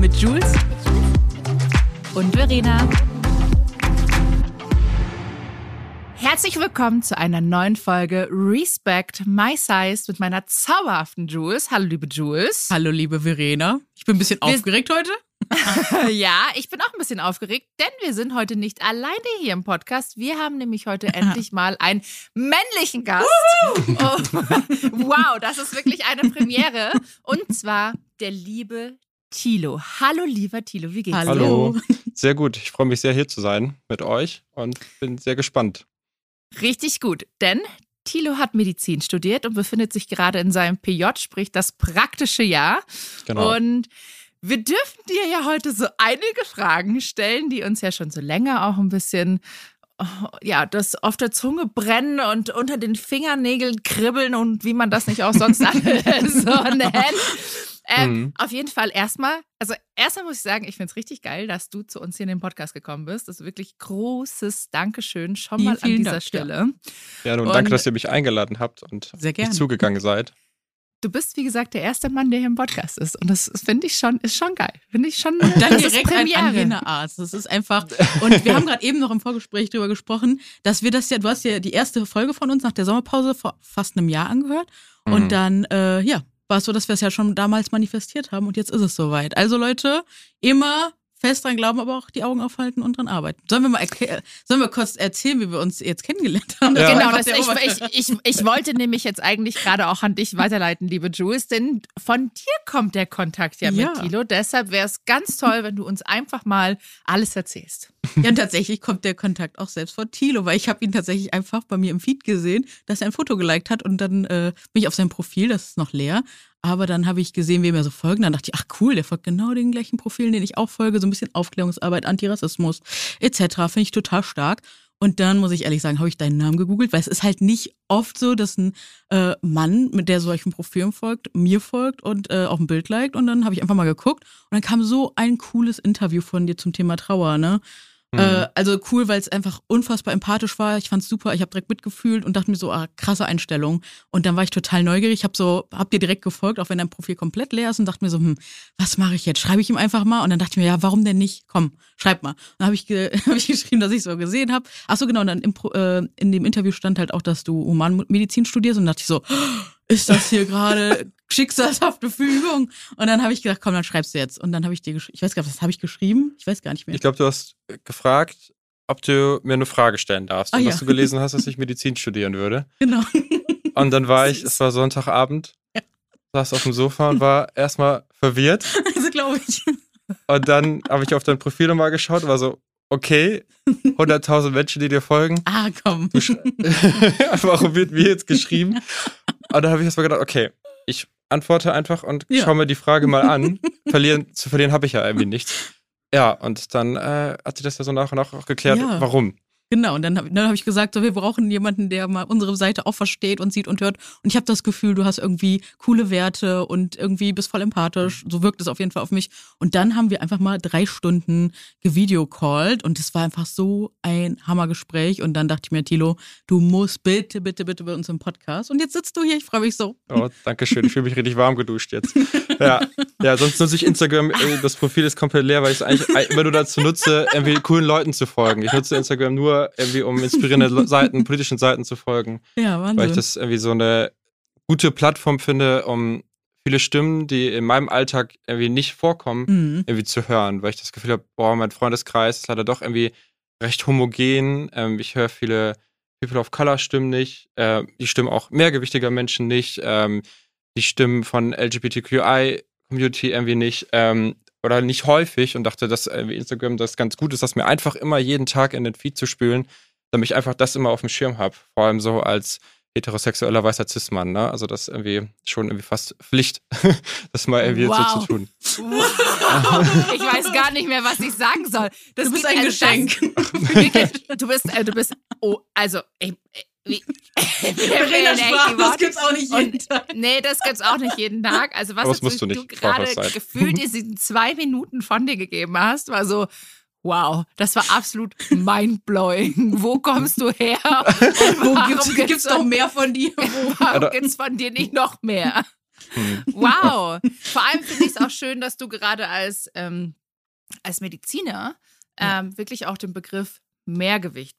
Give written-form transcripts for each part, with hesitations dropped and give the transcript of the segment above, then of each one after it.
mit Jules und Verena. Herzlich willkommen zu einer neuen Folge Respect My Size mit meiner zauberhaften Jules. Hallo, liebe Jules. Hallo, liebe Verena. Ich bin ein bisschen aufgeregt heute. Ja, ich bin auch ein bisschen aufgeregt, denn wir sind heute nicht alleine hier im Podcast. Wir haben nämlich heute endlich mal einen männlichen Gast. Oh, wow, das ist wirklich eine Premiere. Und zwar der liebe Thilo. Hallo, lieber Thilo, wie geht's dir? Hallo, sehr gut. Ich freue mich sehr, hier zu sein mit euch und bin sehr gespannt. Richtig gut, denn Thilo hat Medizin studiert und befindet sich gerade in seinem PJ, sprich das praktische Jahr. Genau. Und wir dürfen dir ja heute so einige Fragen stellen, die uns ja schon so länger auch ein bisschen, ja, das auf der Zunge brennen und unter den Fingernägeln kribbeln und wie man das nicht auch sonst alles so nennt. Auf jeden Fall erstmal muss ich sagen, ich finde es richtig geil, dass du zu uns hier in den Podcast gekommen bist. Das ist wirklich großes Dankeschön schon mal an dieser Stelle. Ja, nun danke, dass ihr mich eingeladen habt und nicht zugegangen seid. Du bist, wie gesagt, der erste Mann, der hier im Podcast ist. Und das finde ich schon, ist schon geil. Finde ich schon. Und dann direkt ein Angehender-Arzt. Das ist einfach. Und wir haben gerade eben noch im Vorgespräch drüber gesprochen, dass wir das ja, du hast ja die erste Folge von uns nach der Sommerpause vor fast einem Jahr angehört. Und dann, war es so, dass wir es ja schon damals manifestiert haben und jetzt ist es soweit. Also Leute, immer fest dran glauben, aber auch die Augen aufhalten und dran arbeiten. Sollen wir kurz erzählen, wie wir uns jetzt kennengelernt haben? Ja. Genau, ich wollte nämlich jetzt eigentlich gerade auch an dich weiterleiten, liebe Jules, denn von dir kommt der Kontakt ja mit Thilo. Deshalb wäre es ganz toll, wenn du uns einfach mal alles erzählst. Ja, und tatsächlich kommt der Kontakt auch selbst von Thilo, weil ich habe ihn tatsächlich einfach bei mir im Feed gesehen, dass er ein Foto geliked hat und dann bin ich auf sein Profil, das ist noch leer, aber dann habe ich gesehen, wem er so folgt. Dann dachte ich, ach cool, der folgt genau den gleichen Profilen, den ich auch folge, so ein bisschen Aufklärungsarbeit, Antirassismus etc. Finde ich total stark. Und dann muss ich ehrlich sagen, habe ich deinen Namen gegoogelt, weil es ist halt nicht oft so, dass ein Mann, mit der solchen Profilen folgt, mir folgt und auch ein Bild liked. Und dann habe ich einfach mal geguckt und dann kam so ein cooles Interview von dir zum Thema Trauer, ne? Also cool, weil es einfach unfassbar empathisch war. Ich fand's super, ich habe direkt mitgefühlt und dachte mir so, krasse Einstellung. Und dann war ich total neugierig, hab dir direkt gefolgt, auch wenn dein Profil komplett leer ist und dachte mir so, was mache ich jetzt? Schreibe ich ihm einfach mal? Und dann dachte ich mir, ja, warum denn nicht? Komm, schreib mal. Und dann habe ich geschrieben, dass ich so gesehen habe. Ach so, genau, und dann in dem Interview stand halt auch, dass du Humanmedizin studierst und dachte ich so, ist das hier gerade schicksalshafte Fügung? Und dann habe ich gedacht, komm, dann schreibst du jetzt. Und dann habe ich dir geschrieben, ich weiß gar nicht, was habe ich geschrieben? Ich weiß gar nicht mehr. Ich glaube, du hast gefragt, ob du mir eine Frage stellen darfst. Und dass du gelesen hast, dass ich Medizin studieren würde. Genau. Und dann es war Sonntagabend, saß auf dem Sofa und war erstmal verwirrt. Also glaube ich. Und dann habe ich auf dein Profil nochmal geschaut und war so, okay, 100.000 Menschen, die dir folgen. Komm. Warum wird mir jetzt geschrieben? Und dann habe ich erstmal gedacht, okay, ich antworte einfach und schaue mir die Frage mal an. Zu verlieren habe ich ja irgendwie nichts. Ja, und dann hat sich das ja so nach und nach auch geklärt, warum. Genau, und dann hab ich gesagt, so, wir brauchen jemanden, der mal unsere Seite auch versteht und sieht und hört. Und ich habe das Gefühl, du hast irgendwie coole Werte und irgendwie bist voll empathisch. So wirkt es auf jeden Fall auf mich. Und dann haben wir einfach mal 3 Stunden gevideocallt und es war einfach so ein Hammergespräch. Und dann dachte ich mir, Thilo, du musst bitte bei uns im Podcast. Und jetzt sitzt du hier, ich freue mich so. Oh, danke schön, ich fühle mich richtig warm geduscht jetzt. Ja, sonst nutze ich Instagram, das Profil ist komplett leer, weil ich es eigentlich immer nur dazu nutze, irgendwie coolen Leuten zu folgen. Ich nutze Instagram nur irgendwie, um inspirierende politischen Seiten zu folgen. Ja, Wahnsinn. Weil ich das irgendwie so eine gute Plattform finde, um viele Stimmen, die in meinem Alltag irgendwie nicht vorkommen, irgendwie zu hören. Weil ich das Gefühl habe, mein Freundeskreis ist leider doch irgendwie recht homogen. Ich höre viele People of Color Stimmen nicht. Die Stimmen auch mehrgewichtiger Menschen nicht. Die Stimmen von LGBTQI-Community irgendwie nicht. Oder nicht häufig und dachte, dass Instagram das ganz gut ist, dass mir einfach immer jeden Tag in den Feed zu spülen, damit ich einfach das immer auf dem Schirm habe. Vor allem so als heterosexueller weißer Cis-Mann, ne? Also das ist irgendwie schon irgendwie fast Pflicht, das mal irgendwie so zu tun. Wow. Ich weiß gar nicht mehr, was ich sagen soll. Du bist ein Geschenk. Du bist, Verena Sprach, das gibt's auch nicht jeden Tag. Nee, das gibt's auch nicht jeden Tag. Also was du gerade gefühlt diesen 2 Minuten von dir gegeben hast, war so, wow, das war absolut mindblowing. Wo kommst du her? Wo gibt's noch mehr von dir? Warum gibt's von dir nicht noch mehr? Wow. Vor allem finde ich es auch schön, dass du gerade als Mediziner wirklich auch den Begriff Mehrgewicht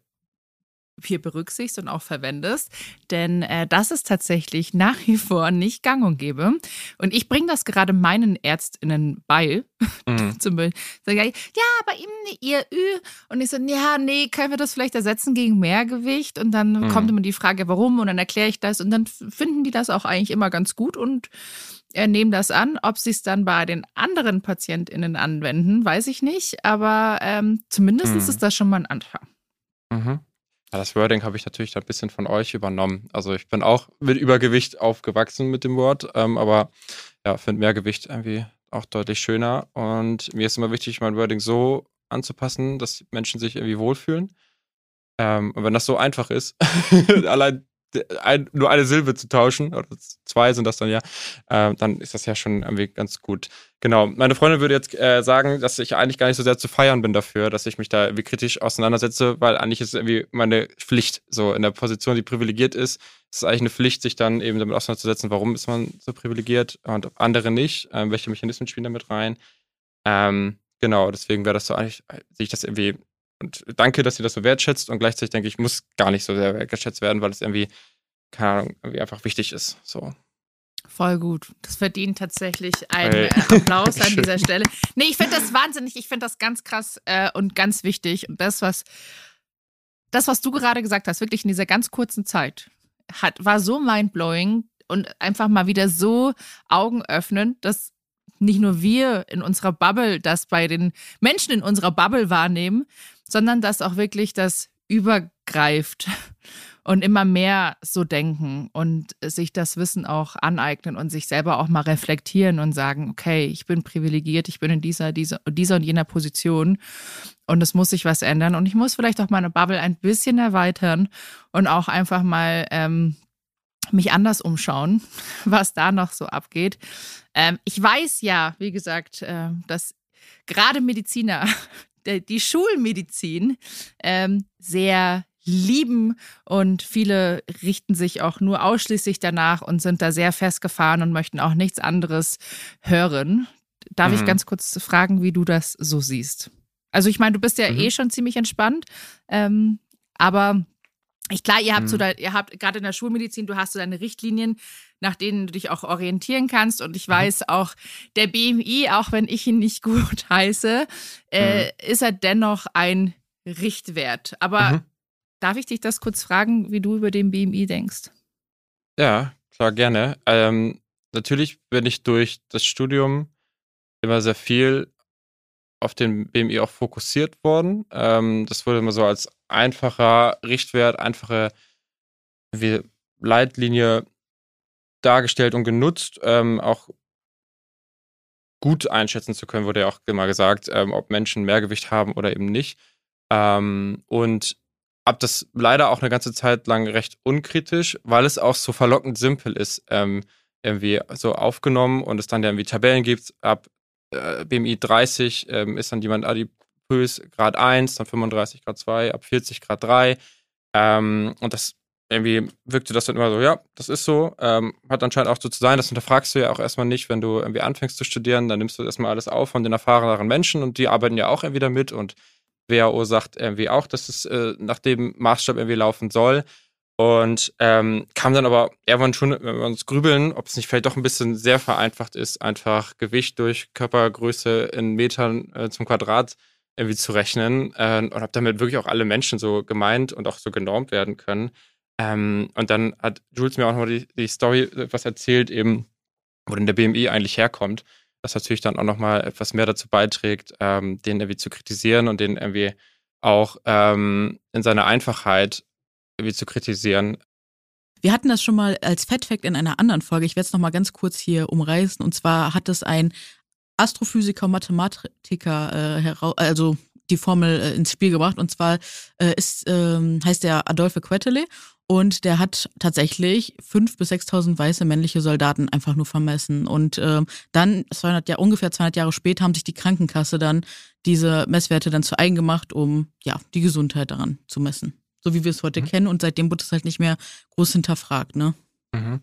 hier berücksichtigst und auch verwendest, denn das ist tatsächlich nach wie vor nicht gang und gäbe. Und ich bringe das gerade meinen ÄrztInnen bei. Zum Beispiel sage ich, ja, bei ihm ihr Ü. Und ich so, ja, nee, können wir das vielleicht ersetzen gegen Mehrgewicht? Und dann kommt immer die Frage, warum? Und dann erkläre ich das. Und dann finden die das auch eigentlich immer ganz gut und nehmen das an. Ob sie es dann bei den anderen PatientInnen anwenden, weiß ich nicht. Aber zumindest ist das schon mal ein Anfang. Ja, das Wording habe ich natürlich da ein bisschen von euch übernommen. Also ich bin auch mit Übergewicht aufgewachsen mit dem Wort, aber ja, finde Mehrgewicht irgendwie auch deutlich schöner. Und mir ist immer wichtig, mein Wording so anzupassen, dass Menschen sich irgendwie wohlfühlen. Und wenn das so einfach ist, allein nur eine Silbe zu tauschen, oder 2 sind das dann ja, dann ist das ja schon irgendwie ganz gut. Genau, meine Freundin würde jetzt sagen, dass ich eigentlich gar nicht so sehr zu feiern bin dafür, dass ich mich da irgendwie kritisch auseinandersetze, weil eigentlich ist es irgendwie meine Pflicht, so in der Position, die privilegiert ist, ist es eigentlich eine Pflicht, sich dann eben damit auseinanderzusetzen, warum ist man so privilegiert und andere nicht, welche Mechanismen spielen damit rein. Genau, deswegen wäre das so eigentlich, sehe ich das irgendwie. Und danke, dass ihr das so wertschätzt und gleichzeitig denke ich, muss gar nicht so sehr wertgeschätzt werden, weil es irgendwie, keine Ahnung, irgendwie einfach wichtig ist. So. Voll gut. Das verdient tatsächlich einen Applaus an dieser Stelle. Nee, ich finde das wahnsinnig, ich finde das ganz krass und ganz wichtig. Und das, was du gerade gesagt hast, wirklich in dieser ganz kurzen Zeit, war so mindblowing und einfach mal wieder so augenöffnend, dass nicht nur wir in unserer Bubble das bei den Menschen in unserer Bubble wahrnehmen, sondern dass auch wirklich das übergreift und immer mehr so denken und sich das Wissen auch aneignen und sich selber auch mal reflektieren und sagen, okay, ich bin privilegiert, ich bin in dieser und jener Position und es muss sich was ändern und ich muss vielleicht auch meine Bubble ein bisschen erweitern und auch einfach mal mich anders umschauen, was da noch so abgeht. Ich weiß ja, wie gesagt, dass gerade Mediziner die Schulmedizin sehr lieben und viele richten sich auch nur ausschließlich danach und sind da sehr festgefahren und möchten auch nichts anderes hören. Darf ich ganz kurz fragen, wie du das so siehst? Also ich meine, du bist ja eh schon ziemlich entspannt, aber klar, ihr habt gerade in der Schulmedizin, du hast so deine Richtlinien, nach denen du dich auch orientieren kannst. Und ich weiß auch, der BMI, auch wenn ich ihn nicht gut heiße, ist er dennoch ein Richtwert. Aber darf ich dich das kurz fragen, wie du über den BMI denkst? Ja, klar, gerne. Natürlich bin ich durch das Studium immer sehr viel auf den BMI auch fokussiert worden. Das wurde immer so als einfacher Richtwert, einfache Leitlinie dargestellt und genutzt, auch gut einschätzen zu können, wurde ja auch immer gesagt, ob Menschen Mehrgewicht haben oder eben nicht. Und habe das leider auch eine ganze Zeit lang recht unkritisch, weil es auch so verlockend simpel ist, irgendwie so aufgenommen und es dann ja irgendwie Tabellen gibt, ab BMI 30 ist dann jemand adipös Grad 1, dann 35 Grad 2, ab 40 Grad 3. Und das irgendwie wirkte das dann immer so, ja, das ist so, hat anscheinend auch so zu sein, das hinterfragst du ja auch erstmal nicht, wenn du irgendwie anfängst zu studieren, dann nimmst du erstmal alles auf von den erfahreneren Menschen und die arbeiten ja auch irgendwie damit und WHO sagt irgendwie auch, dass es nach dem Maßstab irgendwie laufen soll. Und kam dann aber irgendwann schon, wenn wir uns grübeln, ob es nicht vielleicht doch ein bisschen sehr vereinfacht ist, einfach Gewicht durch Körpergröße in Metern zum Quadrat irgendwie zu rechnen und ob damit wirklich auch alle Menschen so gemeint und auch so genormt werden können. Und dann hat Jules mir auch nochmal die Story was erzählt, eben, wo denn der BMI eigentlich herkommt, was natürlich dann auch nochmal etwas mehr dazu beiträgt, den irgendwie zu kritisieren und den irgendwie auch in seiner Einfachheit irgendwie zu kritisieren. Wir hatten das schon mal als Fat Fact in einer anderen Folge. Ich werde es nochmal ganz kurz hier umreißen. Und zwar hat es ein Astrophysiker, Mathematiker also die Formel ins Spiel gebracht. Und zwar heißt der Adolphe Quetelet. Und der hat tatsächlich 5.000 bis 6.000 weiße männliche Soldaten einfach nur vermessen. Und dann, ungefähr 200 Jahre später, haben sich die Krankenkasse dann diese Messwerte dann zu eigen gemacht, um ja die Gesundheit daran zu messen. So wie wir es heute kennen. Und seitdem wird es halt nicht mehr groß hinterfragt, ne?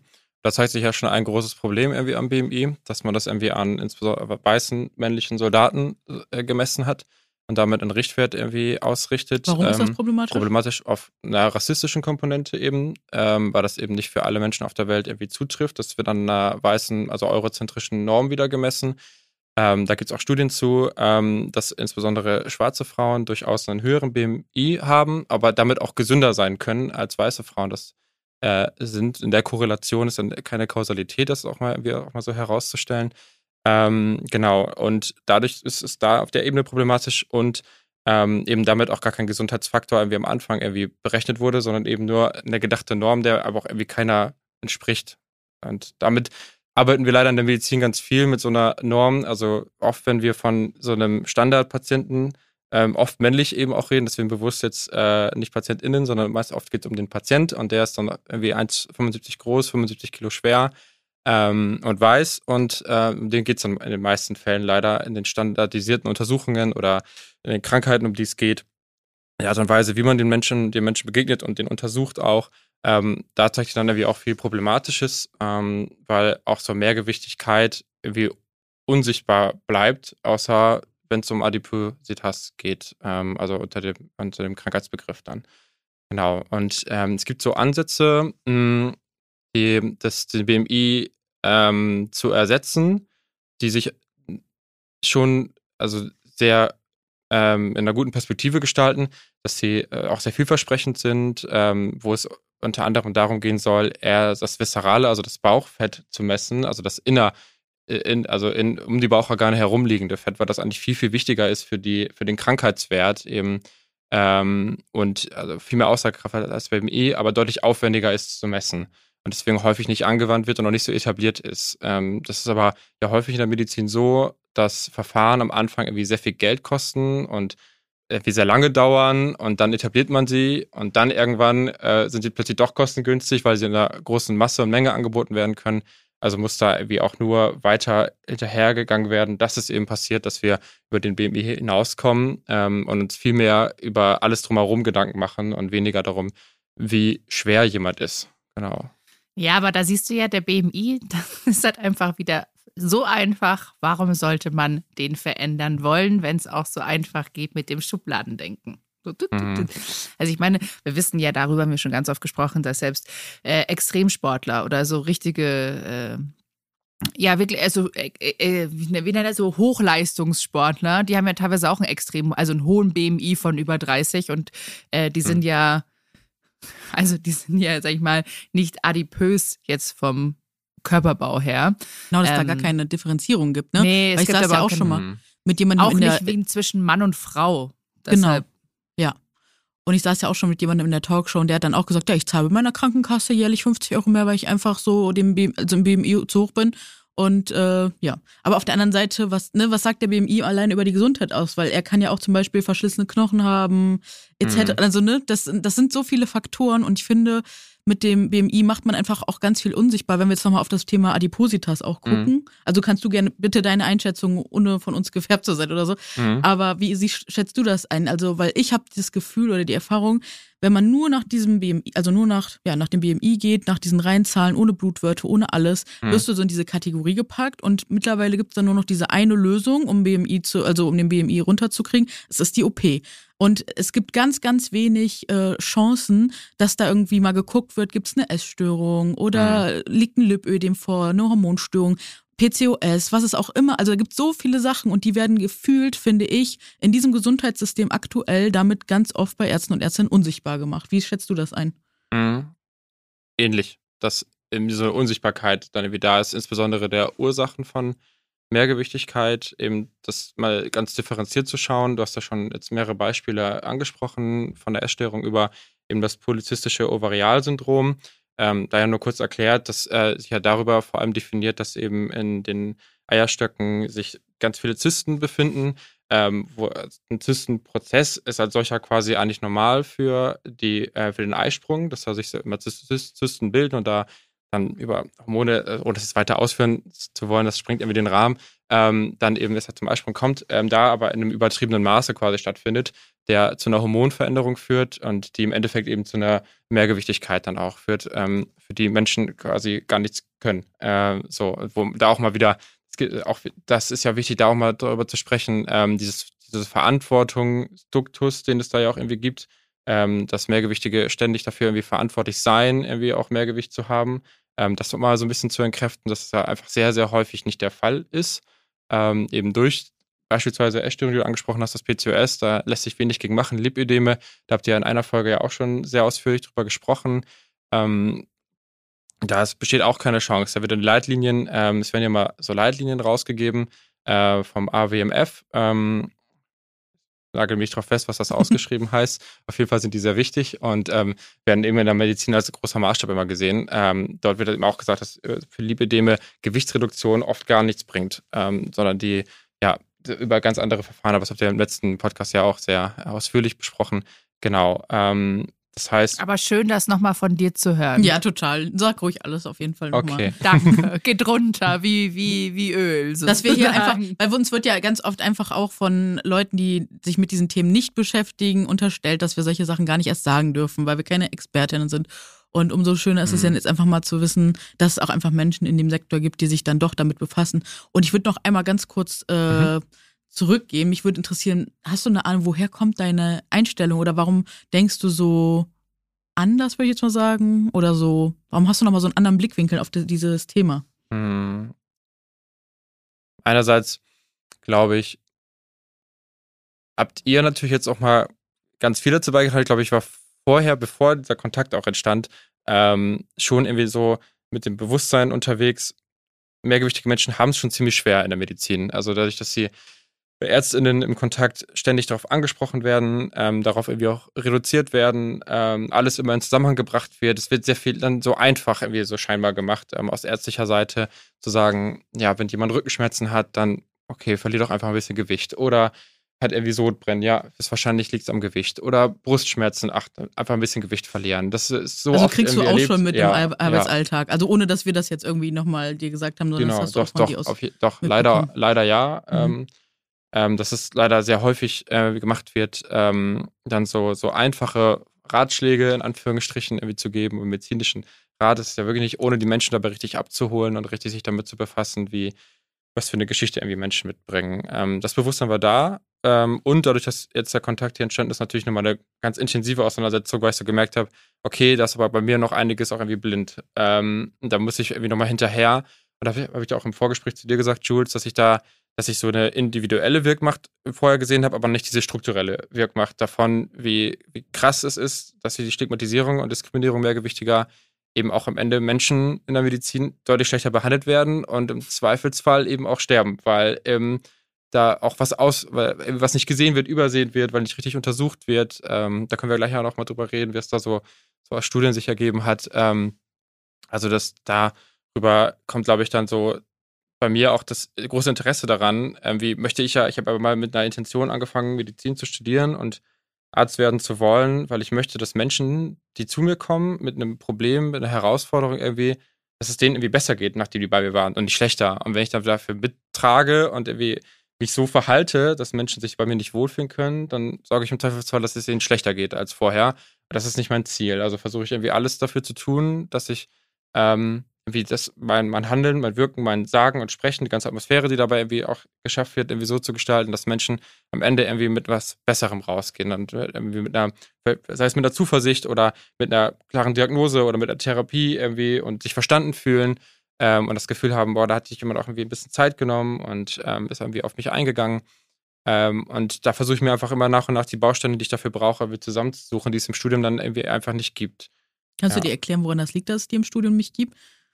da zeigt sich ja schon ein großes Problem irgendwie am BMI, dass man das irgendwie an insbesondere weißen männlichen Soldaten gemessen hat und damit einen Richtwert irgendwie ausrichtet. Warum ist das problematisch? Problematisch auf einer rassistischen Komponente eben, weil das eben nicht für alle Menschen auf der Welt irgendwie zutrifft. Das wird an einer weißen, also eurozentrischen Norm wieder gemessen. Da gibt es auch Studien zu, dass insbesondere schwarze Frauen durchaus einen höheren BMI haben, aber damit auch gesünder sein können als weiße Frauen. Das sind in der Korrelation ist dann keine Kausalität, das auch mal so herauszustellen. Genau, und dadurch ist es da auf der Ebene problematisch und eben damit auch gar kein Gesundheitsfaktor irgendwie am Anfang irgendwie berechnet wurde, sondern eben nur eine gedachte Norm, der aber auch irgendwie keiner entspricht. Und damit arbeiten wir leider in der Medizin ganz viel mit so einer Norm. Also oft, wenn wir von so einem Standardpatienten oft männlich eben auch reden, deswegen bewusst jetzt nicht PatientInnen, sondern meist oft geht es um den Patient und der ist dann irgendwie 1,75 groß, 75 Kilo schwer und weiß und um den geht es dann in den meisten Fällen leider in den standardisierten Untersuchungen oder in den Krankheiten, um die es geht. Die Art und Weise, wie man den Menschen begegnet und den untersucht auch, da zeigt sich dann irgendwie auch viel Problematisches, weil auch so Mehrgewichtigkeit irgendwie unsichtbar bleibt, außer wenn es um Adipositas geht, also unter dem Krankheitsbegriff dann. Genau. Und es gibt so Ansätze, den BMI zu ersetzen, die sich schon also sehr in einer guten Perspektive gestalten, dass sie auch sehr vielversprechend sind, wo es unter anderem darum gehen soll, eher das Viszerale, also das Bauchfett zu messen, also das um die Bauchorgane herumliegende Fett, weil das eigentlich viel, viel wichtiger ist für den Krankheitswert eben und also viel mehr Aussagekraft hat als beim BMI, aber deutlich aufwendiger ist zu messen und deswegen häufig nicht angewandt wird und noch nicht so etabliert ist. Das ist aber ja häufig in der Medizin so, dass Verfahren am Anfang irgendwie sehr viel Geld kosten und irgendwie sehr lange dauern und dann etabliert man sie und dann irgendwann sind sie plötzlich doch kostengünstig, weil sie in einer großen Masse und Menge angeboten werden können. Also muss da irgendwie auch nur weiter hinterhergegangen werden, dass es eben passiert, dass wir über den BMI hinauskommen und uns viel mehr über alles drumherum Gedanken machen und weniger darum, wie schwer jemand ist. Genau. Ja, aber da siehst du ja, der BMI, das ist halt einfach wieder so einfach. Warum sollte man den verändern wollen, wenn es auch so einfach geht mit dem Schubladendenken? Also ich meine, wir wissen ja, darüber haben wir schon ganz oft gesprochen, dass selbst Extremsportler oder so richtige, ja wirklich, also wie nennt das so, Hochleistungssportler, die haben ja teilweise auch einen hohen BMI von über 30 und die sind ja, sag ich mal, nicht adipös jetzt vom Körperbau her. Genau, dass da gar keine Differenzierung gibt, ne? Nee, weil ich saß ja auch schon mal mit jemandem auch nicht wie zwischen Mann und Frau. Deshalb. Genau, ja. Und ich saß ja auch schon mit jemandem in der Talkshow und der hat dann auch gesagt, ja, ich zahle meiner Krankenkasse jährlich 50 € mehr, weil ich einfach so im BMI zu hoch bin. Und ja, aber auf der anderen Seite, was sagt der BMI allein über die Gesundheit aus? Weil er kann ja auch zum Beispiel verschlissene Knochen haben, etc. Also das sind so viele Faktoren und ich finde, mit dem BMI macht man einfach auch ganz viel unsichtbar, wenn wir jetzt nochmal auf das Thema Adipositas auch gucken. Also kannst du gerne bitte deine Einschätzung, ohne von uns gefärbt zu sein oder so, aber wie schätzt du das ein? Also, weil ich habe das Gefühl oder die Erfahrung, wenn man nur nach diesem BMI, also nur nach dem BMI geht, nach diesen Reinzahlen, ohne Blutwerte, ohne alles, wirst du so in diese Kategorie gepackt und mittlerweile gibt es dann nur noch diese eine Lösung, um den BMI runterzukriegen. Es ist die OP. Und es gibt ganz, ganz wenig Chancen, dass da irgendwie mal geguckt wird, gibt es eine Essstörung oder liegt ein Lipödem vor, eine Hormonstörung, PCOS, was es auch immer. Also da gibt es so viele Sachen und die werden gefühlt, finde ich, in diesem Gesundheitssystem aktuell damit ganz oft bei Ärzten und Ärztinnen unsichtbar gemacht. Wie schätzt du das ein? Ähnlich, dass eben diese Unsichtbarkeit dann irgendwie da ist, insbesondere der Ursachen von Mehrgewichtigkeit, eben das mal ganz differenziert zu schauen. Du hast ja schon jetzt mehrere Beispiele angesprochen, von der Essstörung über eben das polyzystische Ovarialsyndrom. Da ja nur kurz erklärt, dass sich ja darüber vor allem definiert, dass eben in den Eierstöcken sich ganz viele Zysten befinden. Wo ein Zystenprozess ist als solcher quasi eigentlich normal für den Eisprung, dass da sich so immer Zysten bilden und da dann über Hormone, ohne das jetzt weiter ausführen zu wollen, das sprengt irgendwie den Rahmen, dann eben es zum Eisprung kommt, da aber in einem übertriebenen Maße quasi stattfindet, der zu einer Hormonveränderung führt und die im Endeffekt eben zu einer Mehrgewichtigkeit dann auch führt, für die Menschen quasi gar nichts können. Wo da auch mal wieder, das ist ja wichtig, da auch mal darüber zu sprechen, diese Verantwortungsduktus, den es da ja auch irgendwie gibt, dass Mehrgewichtige ständig dafür irgendwie verantwortlich sein, irgendwie auch Mehrgewicht zu haben. Das mal so ein bisschen zu entkräften, dass es da einfach sehr, sehr häufig nicht der Fall ist. Eben durch beispielsweise Essstörung, die du angesprochen hast, das PCOS, da lässt sich wenig gegen machen. Lipödeme, da habt ihr ja in einer Folge ja auch schon sehr ausführlich drüber gesprochen. Da besteht auch keine Chance. Da wird in Leitlinien, es werden ja mal so Leitlinien rausgegeben vom AWMF. Nagel mich drauf fest, was das ausgeschrieben heißt. Auf jeden Fall sind die sehr wichtig und werden eben in der Medizin als großer Maßstab immer gesehen. Dort wird eben auch gesagt, dass für Lipödeme Gewichtsreduktion oft gar nichts bringt, sondern die über ganz andere Verfahren, aber das habt ihr im letzten Podcast ja auch sehr ausführlich besprochen. Genau. Das heißt. Aber schön, das nochmal von dir zu hören. Ja, total. Sag ruhig alles auf jeden Fall nochmal. Okay. Danke. Geht runter wie Öl. Sozusagen. Dass wir hier einfach, weil uns wird ja ganz oft einfach auch von Leuten, die sich mit diesen Themen nicht beschäftigen, unterstellt, dass wir solche Sachen gar nicht erst sagen dürfen, weil wir keine Expertinnen sind. Und umso schöner ist es ja jetzt einfach mal zu wissen, dass es auch einfach Menschen in dem Sektor gibt, die sich dann doch damit befassen. Und ich würde noch einmal ganz kurz zurückgehen. Mich würde interessieren, hast du eine Ahnung, woher kommt deine Einstellung oder warum denkst du so anders, würde ich jetzt mal sagen? Oder so, warum hast du nochmal so einen anderen Blickwinkel auf dieses Thema? Einerseits, glaube ich, habt ihr natürlich jetzt auch mal ganz viel dazu beigetragen. Ich glaube, ich war vorher, bevor dieser Kontakt auch entstand, schon irgendwie so mit dem Bewusstsein unterwegs. Mehrgewichtige Menschen haben es schon ziemlich schwer in der Medizin. Also dadurch, dass sie bei ÄrztInnen im Kontakt ständig darauf angesprochen werden, darauf irgendwie auch reduziert werden, alles immer in Zusammenhang gebracht wird. Es wird sehr viel dann so einfach irgendwie so scheinbar gemacht, aus ärztlicher Seite zu sagen, ja, wenn jemand Rückenschmerzen hat, dann okay, verlier doch einfach ein bisschen Gewicht. Oder hat irgendwie Sodbrennen, ja, wahrscheinlich liegt es am Gewicht. Oder Brustschmerzen, einfach ein bisschen Gewicht verlieren. Das ist so also oft kriegst du auch erlebt. schon mit im Arbeitsalltag. Also ohne, dass wir das jetzt irgendwie nochmal dir gesagt haben, sondern genau, das hast du auch von dir aus doch, leider ja. Dass es leider sehr häufig gemacht wird, dann so einfache Ratschläge in Anführungsstrichen irgendwie zu geben. Und medizinischen Rat ist ja wirklich nicht, ohne die Menschen dabei richtig abzuholen und richtig sich damit zu befassen, was für eine Geschichte irgendwie Menschen mitbringen. Das Bewusstsein war da. Und dadurch, dass jetzt der Kontakt hier entstanden ist, natürlich nochmal eine ganz intensive Auseinandersetzung, weil ich so gemerkt habe, okay, das ist aber bei mir noch einiges auch irgendwie blind. Da muss ich irgendwie nochmal hinterher. Und da habe ich auch im Vorgespräch zu dir gesagt, Jules, dass ich so eine individuelle Wirkmacht vorher gesehen habe, aber nicht diese strukturelle Wirkmacht davon, wie krass es ist, dass die Stigmatisierung und Diskriminierung Mehrgewichtiger eben auch am Ende Menschen in der Medizin deutlich schlechter behandelt werden und im Zweifelsfall eben auch sterben, weil da auch was nicht gesehen wird, übersehen wird, weil nicht richtig untersucht wird. Da können wir gleich auch noch mal drüber reden, wie es da so aus Studien sich ergeben hat. Also das darüber kommt, glaube ich, dann so bei mir auch das große Interesse daran, ich habe aber mal mit einer Intention angefangen, Medizin zu studieren und Arzt werden zu wollen, weil ich möchte, dass Menschen, die zu mir kommen mit einem Problem, mit einer Herausforderung irgendwie, dass es denen irgendwie besser geht, nachdem die bei mir waren und nicht schlechter. Und wenn ich dann dafür mittrage und irgendwie mich so verhalte, dass Menschen sich bei mir nicht wohlfühlen können, dann sorge ich im Zweifelsfall, dass es ihnen schlechter geht als vorher. Und das ist nicht mein Ziel. Also versuche ich irgendwie alles dafür zu tun, dass ich irgendwie mein Handeln, mein Wirken, mein Sagen und Sprechen, die ganze Atmosphäre, die dabei irgendwie auch geschafft wird, irgendwie so zu gestalten, dass Menschen am Ende irgendwie mit was Besserem rausgehen und irgendwie sei es mit einer Zuversicht oder mit einer klaren Diagnose oder mit einer Therapie irgendwie und sich verstanden fühlen und das Gefühl haben, boah, da hat sich jemand auch irgendwie ein bisschen Zeit genommen und ist irgendwie auf mich eingegangen. Und da versuche ich mir einfach immer nach und nach die Bausteine, die ich dafür brauche, irgendwie zusammenzusuchen, die es im Studium dann irgendwie einfach nicht gibt. Kannst du dir erklären, woran das liegt, dass es dir im Studium nicht gibt?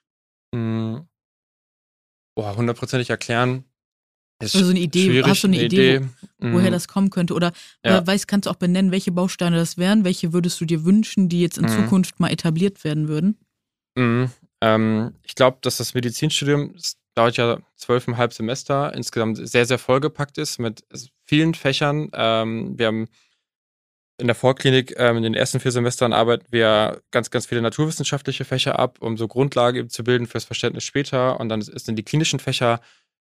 Hundertprozentig erklären. Also eine Idee, hast du eine Idee, woher das kommen könnte? Oder kannst du auch benennen, welche Bausteine das wären? Welche würdest du dir wünschen, die jetzt in Zukunft mal etabliert werden würden? Ich glaube, dass das Medizinstudium, das dauert ja 12,5 Semester, insgesamt sehr, sehr vollgepackt ist mit vielen Fächern. Wir haben in der Vorklinik, in den ersten 4 Semestern arbeiten wir ganz, ganz viele naturwissenschaftliche Fächer ab, um so Grundlage eben zu bilden fürs Verständnis später. Und dann sind die klinischen Fächer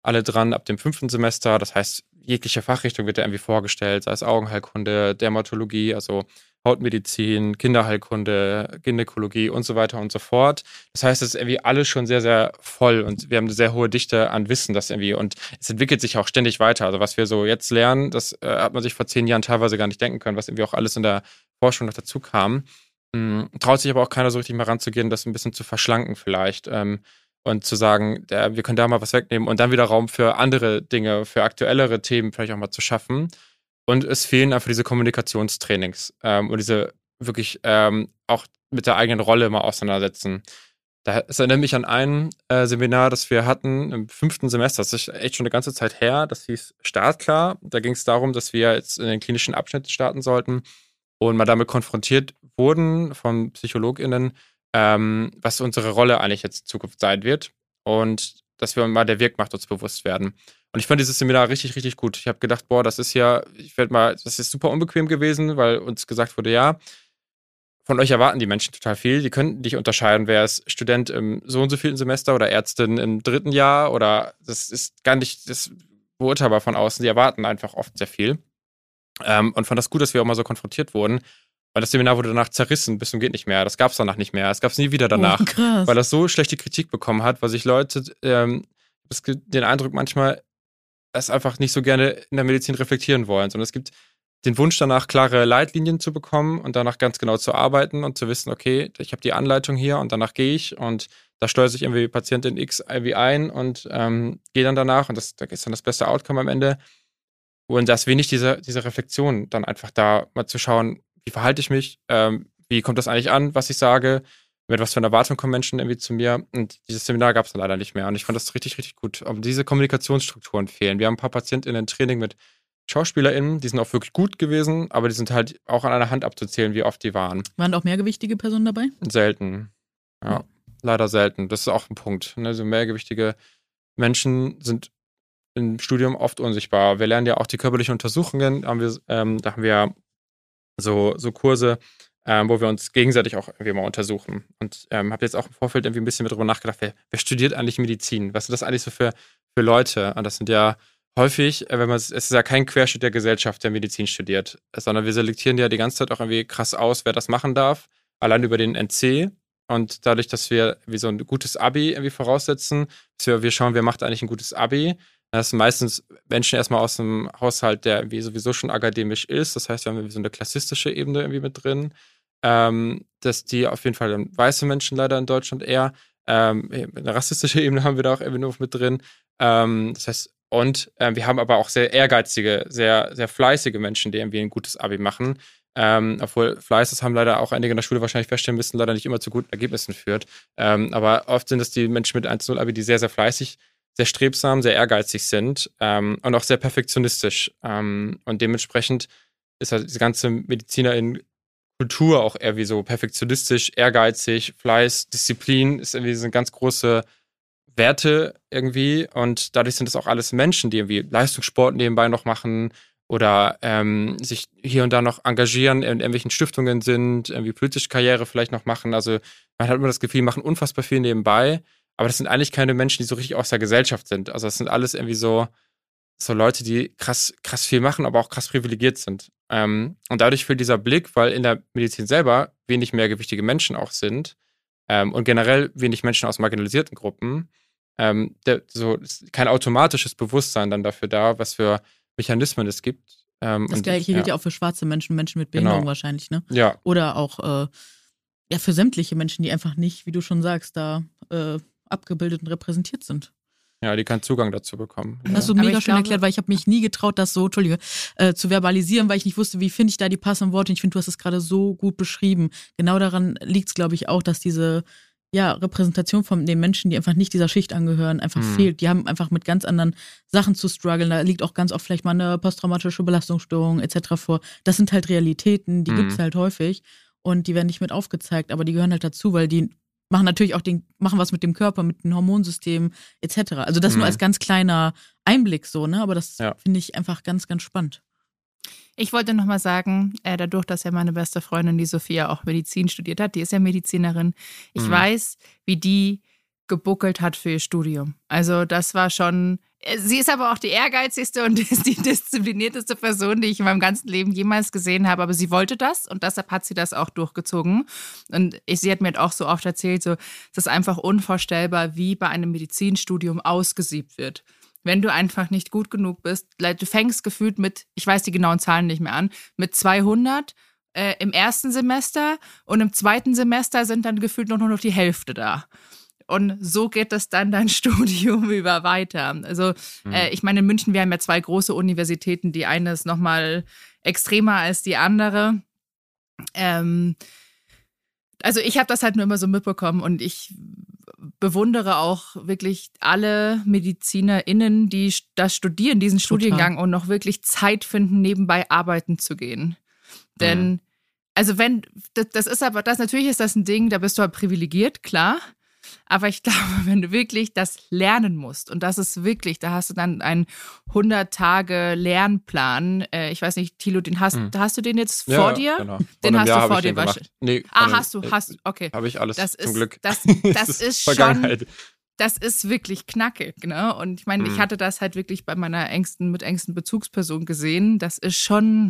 alle dran ab dem 5. Semester. Das heißt, jegliche Fachrichtung wird da irgendwie vorgestellt, sei es Augenheilkunde, Dermatologie, also Hautmedizin, Kinderheilkunde, Gynäkologie und so weiter und so fort. Das heißt, es ist irgendwie alles schon sehr, sehr voll und wir haben eine sehr hohe Dichte an Wissen, das irgendwie, und es entwickelt sich auch ständig weiter. Also was wir so jetzt lernen, das hat man sich vor 10 Jahren teilweise gar nicht denken können, was irgendwie auch alles in der Forschung noch dazu kam. Traut sich aber auch keiner so richtig mal ranzugehen, das ein bisschen zu verschlanken vielleicht. Und zu sagen, wir können da mal was wegnehmen und dann wieder Raum für andere Dinge, für aktuellere Themen vielleicht auch mal zu schaffen. Und es fehlen einfach diese Kommunikationstrainings und diese wirklich auch mit der eigenen Rolle mal auseinandersetzen. Das erinnert mich an ein Seminar, das wir hatten im 5. Semester. Das ist echt schon eine ganze Zeit her. Das hieß Startklar. Da ging es darum, dass wir jetzt in den klinischen Abschnitt starten sollten und mal damit konfrontiert wurden von PsychologInnen, was unsere Rolle eigentlich jetzt in Zukunft sein wird und dass wir mal der Wirkmacht uns bewusst werden. Und ich fand dieses Seminar richtig, richtig gut. Ich habe gedacht, boah, das ist super unbequem gewesen, weil uns gesagt wurde, ja, von euch erwarten die Menschen total viel. Die können nicht unterscheiden, wer ist Student im so und so vielen Semester oder Ärztin im 3. Jahr oder das ist gar nicht das beurteilbar von außen. Die erwarten einfach oft sehr viel. Und fand das gut, dass wir auch mal so konfrontiert wurden. Weil das Seminar wurde danach zerrissen, bis zum geht nicht mehr. Das gab es danach nicht mehr. Es gab es nie wieder danach. Krass. Weil das so schlechte Kritik bekommen hat, weil sich Leute den Eindruck manchmal, es einfach nicht so gerne in der Medizin reflektieren wollen, sondern es gibt den Wunsch danach, klare Leitlinien zu bekommen und danach ganz genau zu arbeiten und zu wissen, okay, ich habe die Anleitung hier und danach gehe ich und da steuere ich irgendwie Patientin X irgendwie ein und gehe dann danach und da ist dann das beste Outcome am Ende. Und da ist wenig diese Reflexion, dann einfach da mal zu schauen, wie verhalte ich mich, wie kommt das eigentlich an, was ich sage, mit was für einer Erwartung kommen Menschen irgendwie zu mir. Und dieses Seminar gab es dann leider nicht mehr. Und ich fand das richtig, richtig gut. Aber diese Kommunikationsstrukturen fehlen. Wir haben ein paar PatientInnen im Training mit SchauspielerInnen, die sind auch wirklich gut gewesen, aber die sind halt auch an einer Hand abzuzählen, wie oft die waren. Waren auch mehrgewichtige Personen dabei? Selten. Ja, leider selten. Das ist auch ein Punkt. Ne? So mehrgewichtige Menschen sind im Studium oft unsichtbar. Wir lernen ja auch die körperlichen Untersuchungen. Da haben wir so Kurse, wo wir uns gegenseitig auch irgendwie mal untersuchen. Und habe jetzt auch im Vorfeld irgendwie ein bisschen darüber nachgedacht, wer studiert eigentlich Medizin? Was sind das eigentlich so für Leute? Und das sind ja häufig, es ist ja kein Querschnitt der Gesellschaft, der Medizin studiert, sondern wir selektieren ja die ganze Zeit auch irgendwie krass aus, wer das machen darf, allein über den NC. Und dadurch, dass wir wie so ein gutes Abi irgendwie voraussetzen, dass wir schauen, wer macht eigentlich ein gutes Abi. Das sind meistens Menschen erstmal aus einem Haushalt, der irgendwie sowieso schon akademisch ist. Das heißt, wir haben irgendwie so eine klassistische Ebene irgendwie mit drin. Dass die auf jeden Fall weiße Menschen leider in Deutschland eher. Eine rassistische Ebene haben wir da auch irgendwie noch mit drin. Das heißt, wir haben aber auch sehr ehrgeizige, sehr, sehr fleißige Menschen, die irgendwie ein gutes Abi machen. Obwohl Fleiß, das haben leider auch einige in der Schule wahrscheinlich feststellen müssen, leider nicht immer zu guten Ergebnissen führt. Aber oft sind es die Menschen mit 1,0 Abi, die sehr, sehr fleißig, sehr strebsam, sehr ehrgeizig sind und auch sehr perfektionistisch. Und dementsprechend ist halt diese ganze Medizinerin-Kultur auch eher wie so perfektionistisch, ehrgeizig, Fleiß, Disziplin ist irgendwie so eine ganz große Werte irgendwie. Und dadurch sind es auch alles Menschen, die irgendwie Leistungssport nebenbei noch machen oder sich hier und da noch engagieren, in irgendwelchen Stiftungen sind, irgendwie politische Karriere vielleicht noch machen. Also man hat immer das Gefühl, die machen unfassbar viel nebenbei. Aber das sind eigentlich keine Menschen, die so richtig aus der Gesellschaft sind. Also das sind alles irgendwie so Leute, die krass viel machen, aber auch krass privilegiert sind. Und dadurch fehlt dieser Blick, weil in der Medizin selber wenig mehrgewichtige Menschen auch sind und generell wenig Menschen aus marginalisierten Gruppen. Ist kein automatisches Bewusstsein dann dafür da, was für Mechanismen es gibt. Das Gleiche gilt ja auch für schwarze Menschen mit Behinderung wahrscheinlich, ne? Ja. Oder auch für sämtliche Menschen, die einfach nicht, wie du schon sagst, da abgebildet und repräsentiert sind. Ja, die keinen Zugang dazu bekommen. Das hast du mega schön erklärt, weil ich habe mich nie getraut, das so, zu verbalisieren, weil ich nicht wusste, wie finde ich da die passenden Worte. Und ich finde, du hast es gerade so gut beschrieben. Genau daran liegt es, glaube ich, auch, dass diese Repräsentation von den Menschen, die einfach nicht dieser Schicht angehören, einfach fehlt. Die haben einfach mit ganz anderen Sachen zu strugglen. Da liegt auch ganz oft vielleicht mal eine posttraumatische Belastungsstörung etc. vor. Das sind halt Realitäten, die gibt es halt häufig und die werden nicht mit aufgezeigt, aber die gehören halt dazu, weil die machen natürlich auch machen was mit dem Körper, mit dem Hormonsystem etc. Also das nur als ganz kleiner Einblick so, ne? Aber das finde ich einfach ganz, ganz spannend. Ich wollte nochmal sagen, dadurch, dass ja meine beste Freundin, die Sophia, auch Medizin studiert hat, die ist ja Medizinerin, ich weiß, wie die gebuckelt hat für ihr Studium. Also das war schon Sie ist aber auch die ehrgeizigste und ist die disziplinierteste Person, die ich in meinem ganzen Leben jemals gesehen habe. Aber sie wollte das und deshalb hat sie das auch durchgezogen. Und sie hat mir auch so oft erzählt, so, es ist einfach unvorstellbar, wie bei einem Medizinstudium ausgesiebt wird. Wenn du einfach nicht gut genug bist, du fängst gefühlt mit, ich weiß die genauen Zahlen nicht mehr an, mit 200 im ersten Semester und im zweiten Semester sind dann gefühlt nur noch die Hälfte da. Und so geht das dann dein Studium über weiter. Also ich meine, in München, wir haben ja 2 große Universitäten. Die eine ist nochmal extremer als die andere. Also ich habe das halt nur immer so mitbekommen und ich bewundere auch wirklich alle MedizinerInnen, die das studieren, diesen Studiengang und noch wirklich Zeit finden, nebenbei arbeiten zu gehen. Denn, also wenn, natürlich ist das ein Ding, da bist du halt privilegiert, klar. Aber ich glaube, wenn du wirklich das lernen musst, und das ist wirklich, da hast du dann einen 100-Tage-Lernplan. Ich weiß nicht, Thilo, hast du den jetzt vor dir? Genau. Den hast du vor dir wahrscheinlich. Nee, hast du, okay. Habe ich alles, zum Glück. Das ist Vergangenheit. Schon, das ist wirklich knackig, ne? Und ich meine, ich hatte das halt wirklich bei meiner engsten Bezugsperson gesehen. Das ist schon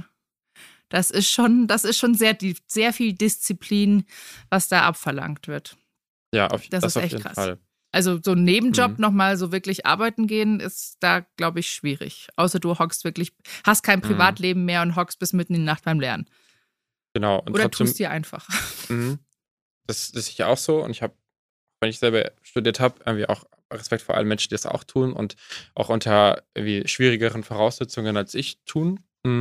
sehr viel Disziplin, was da abverlangt wird. Ja, das ist auf echt jeden krass. Fall. Also so ein Nebenjob nochmal so wirklich arbeiten gehen, ist da, glaube ich, schwierig. Außer du hast kein Privatleben mehr und hockst bis mitten in die Nacht beim Lernen. Genau. Und oder trotzdem, tust dir einfach. Das ist ja auch so. Und ich habe, wenn ich selber studiert habe, irgendwie auch Respekt vor allen Menschen, die das auch tun und auch unter irgendwie schwierigeren Voraussetzungen als ich tun.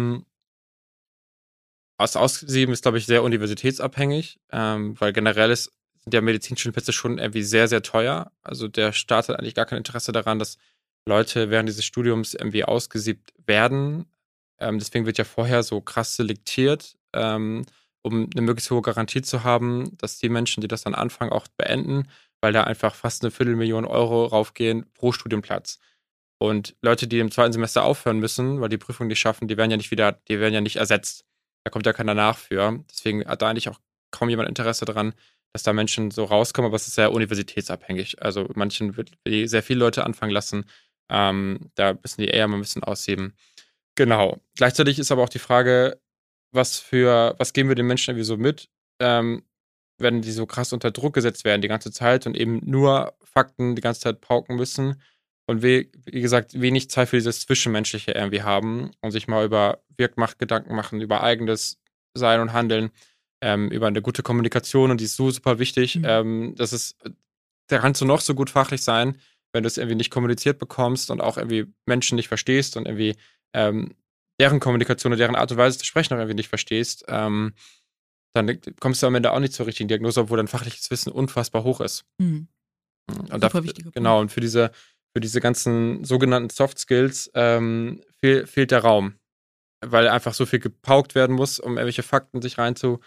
Das Aussieben ist, glaube ich, sehr universitätsabhängig, weil generell sind ja Medizinstudienplätze schon irgendwie sehr, sehr teuer. Also der Staat hat eigentlich gar kein Interesse daran, dass Leute während dieses Studiums irgendwie ausgesiebt werden. Deswegen wird ja vorher so krass selektiert, um eine möglichst hohe Garantie zu haben, dass die Menschen, die das dann anfangen, auch beenden, weil da einfach fast 250.000 Euro raufgehen pro Studienplatz. Und Leute, die im zweiten Semester aufhören müssen, weil die Prüfung nicht schaffen, die werden ja nicht ersetzt. Da kommt ja keiner nach für. Deswegen hat da eigentlich auch kaum jemand Interesse daran, dass da Menschen so rauskommen, aber es ist sehr universitätsabhängig. Also manchen wird sehr viele Leute anfangen lassen. Da müssen die eher mal ein bisschen ausheben. Genau. Gleichzeitig ist aber auch die Frage, was geben wir den Menschen irgendwie so mit, wenn die so krass unter Druck gesetzt werden die ganze Zeit und eben nur Fakten die ganze Zeit pauken müssen und wie gesagt, wenig Zeit für dieses Zwischenmenschliche irgendwie haben und sich mal über Wirkmacht Gedanken machen, über eigenes Sein und Handeln, über eine gute Kommunikation und die ist so super wichtig. Da kannst du noch so gut fachlich sein, wenn du es irgendwie nicht kommuniziert bekommst und auch irgendwie Menschen nicht verstehst und irgendwie deren Kommunikation und deren Art und Weise zu sprechen auch irgendwie nicht verstehst, dann kommst du am Ende auch nicht zur richtigen Diagnose, obwohl dein fachliches Wissen unfassbar hoch ist. Und super wichtiger Punkt. Genau, und für diese ganzen sogenannten Soft Skills fehlt der Raum, weil einfach so viel gepaukt werden muss, um irgendwelche Fakten sich